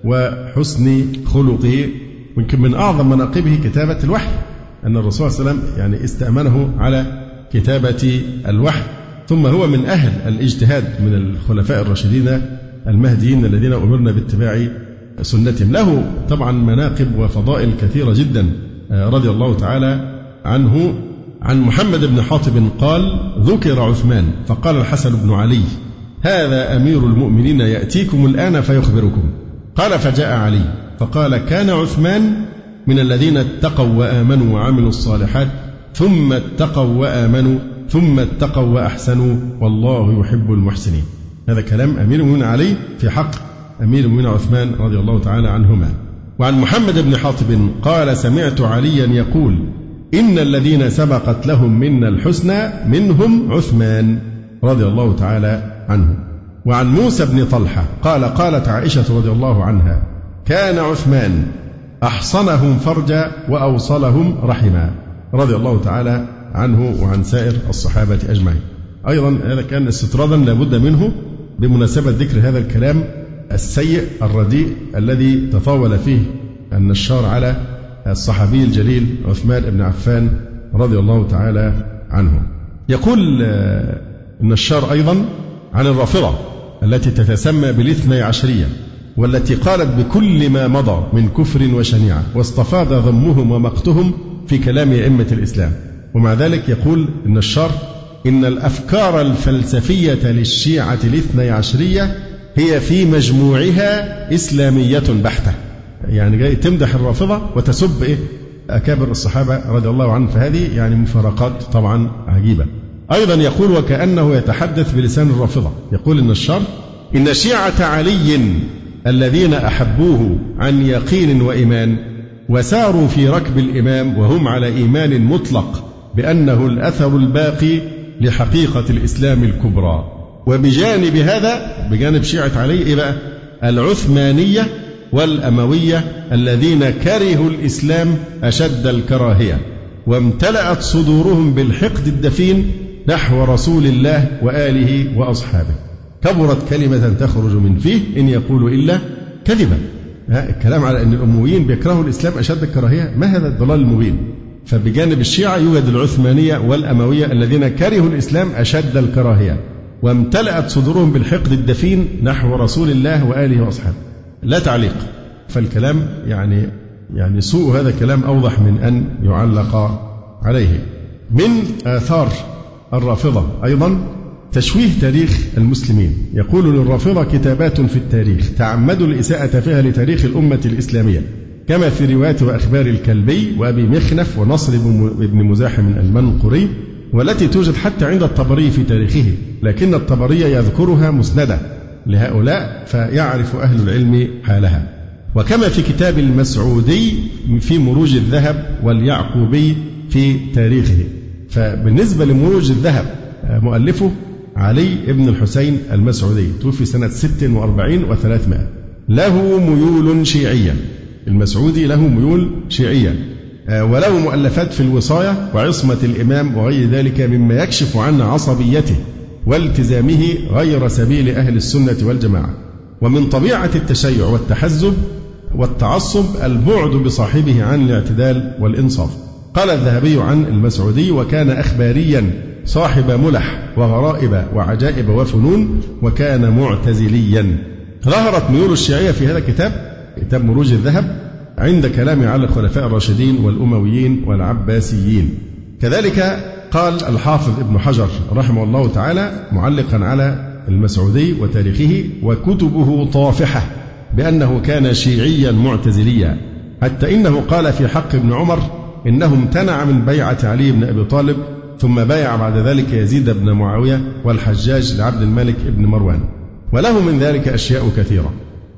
وحسن خلقه. ويمكن من أعظم مناقبه كتابة الوحي، أن الرسول صلى الله عليه وسلم يعني استأمنه على كتابة الوحي، ثم هو من أهل الاجتهاد من الخلفاء الراشدين المهديين الذين أمرنا باتباع سنتهم. له طبعا مناقب وفضائل كثيرة جدا رضي الله تعالى عنه. عن محمد بن حاطب قال: ذكر عثمان فقال الحسن بن علي: هذا أمير المؤمنين يأتيكم الآن فيخبركم. قال: فجاء علي فقال: كان عثمان من الذين اتقوا وآمنوا وعملوا الصالحات، ثم اتقوا وآمنوا، ثم اتقوا وأحسنوا، والله يحب المحسنين. هذا كلام أمير المؤمنين علي في حق أمير المؤمنين عثمان رضي الله تعالى عنهما. وعن محمد بن حاطب قال: سمعت عليا يقول: إن الذين سبقت لهم منا الحسنى منهم عثمان رضي الله تعالى عنه. وعن موسى بن طلحة قال: قالت عائشة رضي الله عنها: كان عثمان أحصنهم فرجا وأوصلهم رحما، رضي الله تعالى عنه وعن سائر الصحابة أجمعين. أيضا هذا كان استطرادا لابد منه بمناسبة ذكر هذا الكلام السيء الرديء الذي تطاول فيه النشار على الصحابي الجليل عثمان بن عفان رضي الله تعالى عنه. يقول النشار أيضا عن الرافضة التي تتسمى بالاثني عشرية، والتي قالت بكل ما مضى من كفر وشنيعة، واستفاض ذمهم ومقتهم في كلام أئمة الإسلام. ومع ذلك يقول النشار: إن الأفكار الفلسفية للشيعة الاثني عشرية هي في مجموعها إسلامية بحتة. يعني جاي تمدح الرافضة وتسب أكابر الصحابة رضي الله عنهم، فهذه يعني مفارقات طبعا عجيبة. أيضا يقول وكأنه يتحدث بلسان الرافضة، يقول النشار: إن شيعة علي الذين أحبوه عن يقين وإيمان وساروا في ركب الإمام وهم على إيمان مطلق بأنه الأثر الباقي لحقيقة الإسلام الكبرى. وبجانب هذا، بجانب شيعة علي إيه بقى؟ العثمانية والأموية الذين كرهوا الإسلام أشد الكراهية، وامتلأت صدورهم بالحقد الدفين نحو رسول الله وآله وأصحابه. كبرت كلمة تخرج من فيه إن يقول إلا كذبا. الكلام على أن الأمويين بيكرهوا الإسلام أشد الكراهية، ما هذا الضلال المبين؟ فبجانب الشيعة يوجد العثمانية والأموية الذين كرهوا الإسلام أشد الكراهية، وامتلأت صدورهم بالحقد الدفين نحو رسول الله وآله وأصحابه. لا تعليق. فالكلام يعني سوء هذا الكلام أوضح من أن يعلق عليه. من آثار الرافضة أيضا تشويه تاريخ المسلمين. يقول للرافضة كتابات في التاريخ تعمدوا الإساءة فيها لتاريخ الأمة الإسلامية، كما في روايات وأخبار الكلبي وأبي مخنف ونصر بن مزاحم المنقري، والتي توجد حتى عند الطبري في تاريخه، لكن الطبري يذكرها مسندة لهؤلاء فيعرف أهل العلم حالها. وكما في كتاب المسعودي في مروج الذهب واليعقوبي في تاريخه. فبالنسبة لمروج الذهب مؤلفه علي بن الحسين المسعودي، توفي سنة 46 و300، له ميول شيعية. المسعودي له ميول شيعية، وله مؤلفات في الوصاية وعصمة الإمام وغير ذلك مما يكشف عن عصبيته والتزامه غير سبيل أهل السنة والجماعة. ومن طبيعة التشيع والتحزب والتعصب البعد بصاحبه عن الاعتدال والإنصاف. قال الذهبي عن المسعودي: وكان أخباريا صاحب ملح وغرائب وعجائب وفنون، وكان معتزليا. ظهرت ميول الشيعية في هذا الكتاب، كتاب مروج الذهب، عند كلامه على الخلفاء الراشدين والأمويين والعباسيين. كذلك قال الحافظ ابن حجر رحمه الله تعالى معلقا على المسعودي وتاريخه: وكتبه طافحة بأنه كان شيعيا معتزليا، حتى إنه قال في حق ابن عمر إنه امتنع من بيعة علي بن أبي طالب، ثم بايع بعد ذلك يزيد بن معاوية والحجاج لعبد الملك بن مروان. وله من ذلك أشياء كثيرة.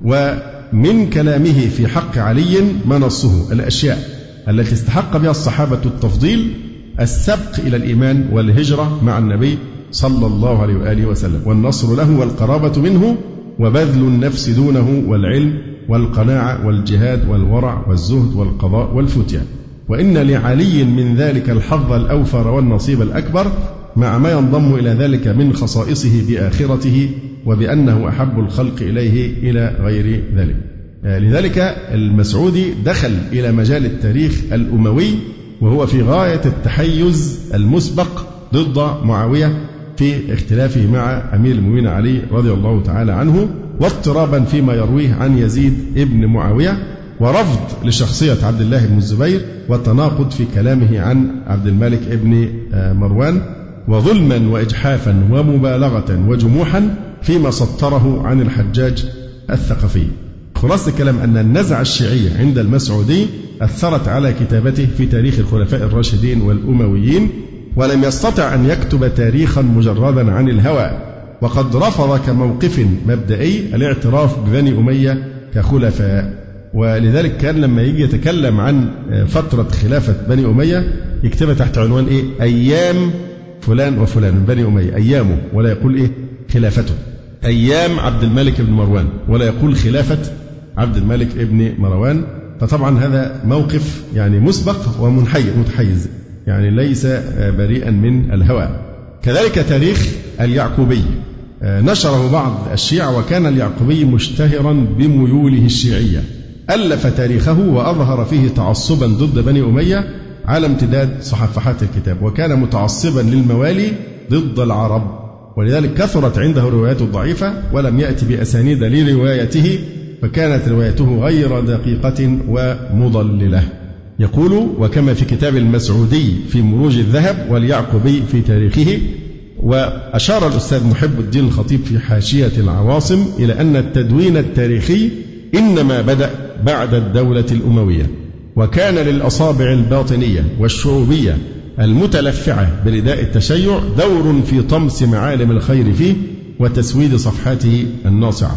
ومن كلامه في حق علي ما نصه: الأشياء التي استحق بها الصحابة التفضيل: السبق إلى الإيمان والهجرة مع النبي صلى الله عليه وآله وسلم، والنصر له والقرابة منه، وبذل النفس دونه، والعلم والقناعة والجهاد والورع والزهد والقضاء والفتية. وإن لعلي من ذلك الحظ الأوفر والنصيب الأكبر، مع ما ينضم إلى ذلك من خصائصه بآخرته، وبأنه أحب الخلق إليه إلى غير ذلك. لذلك المسعودي دخل إلى مجال التاريخ الأموي وهو في غاية التحيز المسبق ضد معاوية في اختلافه مع أمير المؤمنين علي رضي الله تعالى عنه، واضطرابا فيما يرويه عن يزيد ابن معاوية، ورفض لشخصية عبد الله بن الزبير، وتناقض في كلامه عن عبد الملك ابن مروان، وظلما وإجحافا ومبالغة وجموحا فيما سطره عن الحجاج الثقفي. خلاصة الكلام أن النزعة الشيعية عند المسعودي أثرت على كتابته في تاريخ الخلفاء الراشدين والأمويين، ولم يستطع أن يكتب تاريخا مجردا عن الهوى، وقد رفض كموقف مبدئي الاعتراف ببني أمية كخلفاء. ولذلك كان لما يجي يتكلم عن فترة خلافة بني أمية يكتبها تحت عنوان إيه؟ أيام فلان وفلان من بني أمية، أيامه، ولا يقول إيه؟ خلافته. أيام عبد الملك بن مروان، ولا يقول خلافة عبد الملك بن مروان. فطبعا هذا موقف يعني مسبق ومتحيز، يعني ليس بريئا من الهوى. كذلك تاريخ اليعقوبي نشره بعض الشيعة، وكان اليعقوبي مشتهرا بميوله الشيعية. ألف تاريخه وأظهر فيه تعصبا ضد بني أمية على امتداد صفحات الكتاب، وكان متعصبا للموالي ضد العرب، ولذلك كثرت عنده رواياته الضعيفة، ولم يأتي بأسانيد لروايته، فكانت روايته غير دقيقة ومضللة. يقول: وكما في كتاب المسعودي في مروج الذهب واليعقوبي في تاريخه. وأشار الأستاذ محب الدين الخطيب في حاشية العواصم إلى أن التدوين التاريخي إنما بدأ بعد الدولة الأموية، وكان للأصابع الباطنية والشعوبية المتلفعة برداء التشيع دور في طمس معالم الخير فيه وتسويد صفحاته الناصعة.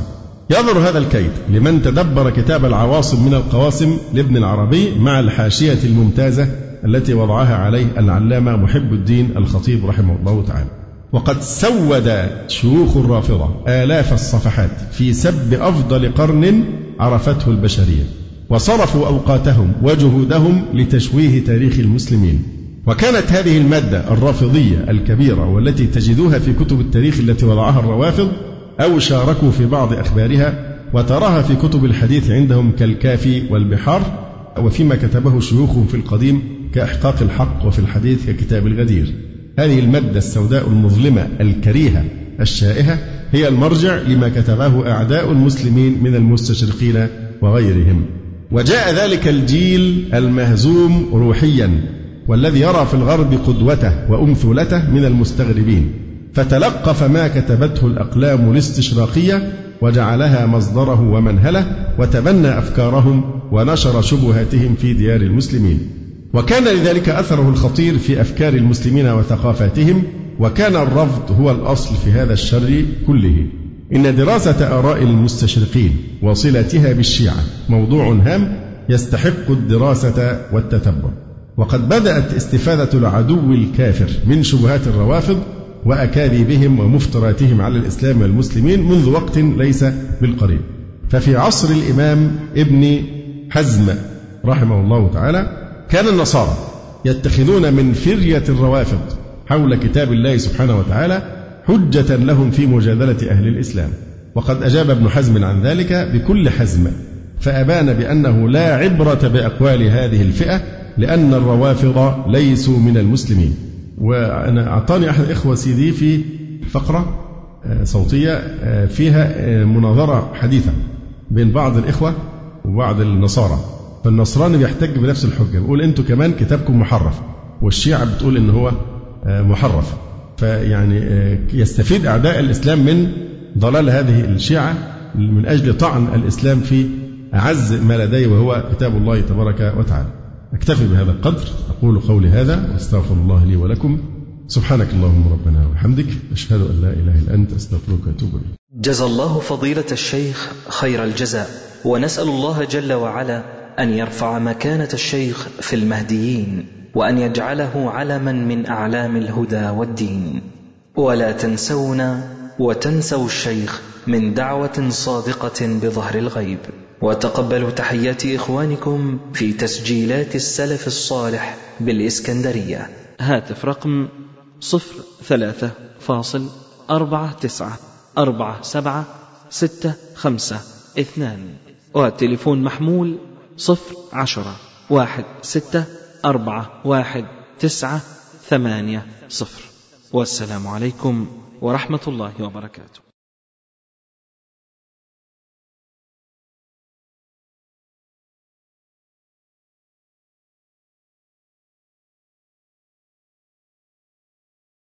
يظهر هذا الكيد لمن تدبر كتاب العواصم من القواسم لابن العربي مع الحاشية الممتازة التي وضعها عليه العلامة محب الدين الخطيب رحمه الله تعالى. وقد سود شيوخ الرافضة آلاف الصفحات في سب أفضل قرن عرفته البشرية، وصرفوا أوقاتهم وجهودهم لتشويه تاريخ المسلمين. وكانت هذه المادة الرافضية الكبيرة والتي تجدوها في كتب التاريخ التي وضعها الروافض أو شاركوا في بعض أخبارها، وتراها في كتب الحديث عندهم كالكافي والبحار، وفيما كتبه شيوخهم في القديم كإحقاق الحق، وفي الحديث ككتاب الغدير. هذه المادة السوداء المظلمة الكريهة الشائهة هي المرجع لما كتبه أعداء المسلمين من المستشرقين وغيرهم. وجاء ذلك الجيل المهزوم روحيا والذي يرى في الغرب قدوته وأمثلته من المستغربين، فتلقف ما كتبته الأقلام الاستشراقية وجعلها مصدره ومنهله، وتبنى أفكارهم ونشر شبهاتهم في ديار المسلمين. وكان لذلك أثره الخطير في أفكار المسلمين وثقافاتهم، وكان الرفض هو الأصل في هذا الشر كله. إن دراسة آراء المستشرقين وصلتها بالشيعة موضوع هام يستحق الدراسة والتتبع. وقد بدأت استفادة العدو الكافر من شبهات الروافض وأكاذيبهم ومفتراتهم على الإسلام والمسلمين منذ وقت ليس بالقريب. ففي عصر الإمام ابن حزم رحمه الله تعالى كان النصارى يتخذون من فرية الروافض حول كتاب الله سبحانه وتعالى حجة لهم في مجادلة أهل الإسلام. وقد أجاب ابن حزم عن ذلك بكل حزم، فأبان بأنه لا عبرة بأقوال هذه الفئة، لأن الروافض ليسوا من المسلمين. وأنا أعطاني أحد الإخوة CD في فقرة صوتية فيها مناظرة حديثة بين بعض الإخوة وبعض النصارى، فالنصراني بيحتج بنفس الحجة، بيقول أنتوا كمان كتابكم محرف، والشيعة بتقول إن هو محرف. فيعني يستفيد أعداء الإسلام من ضلال هذه الشيعة من أجل طعن الإسلام في أعز ما لديه وهو كتاب الله تبارك وتعالى. أكتفي بهذا القدر، أقول قولي هذا وأستغفر الله لي ولكم. سبحانك اللهم ربنا وبحمدك، أشهد أن لا إله إلا أنت، أستغفرك وأتوب إليك. جزا الله فضيلة الشيخ خير الجزاء، ونسأل الله جل وعلا أن يرفع مكانة الشيخ في المهديين، وأن يجعله علما من أعلام الهدى والدين. ولا تنسونا وتنسوا الشيخ من دعوة صادقة بظهر الغيب. وتقبلوا تحيات إخوانكم في تسجيلات السلف الصالح بالإسكندرية. هاتف رقم 03-494765، والتليفون محمول 010-16411980. والسلام عليكم ورحمة الله وبركاته.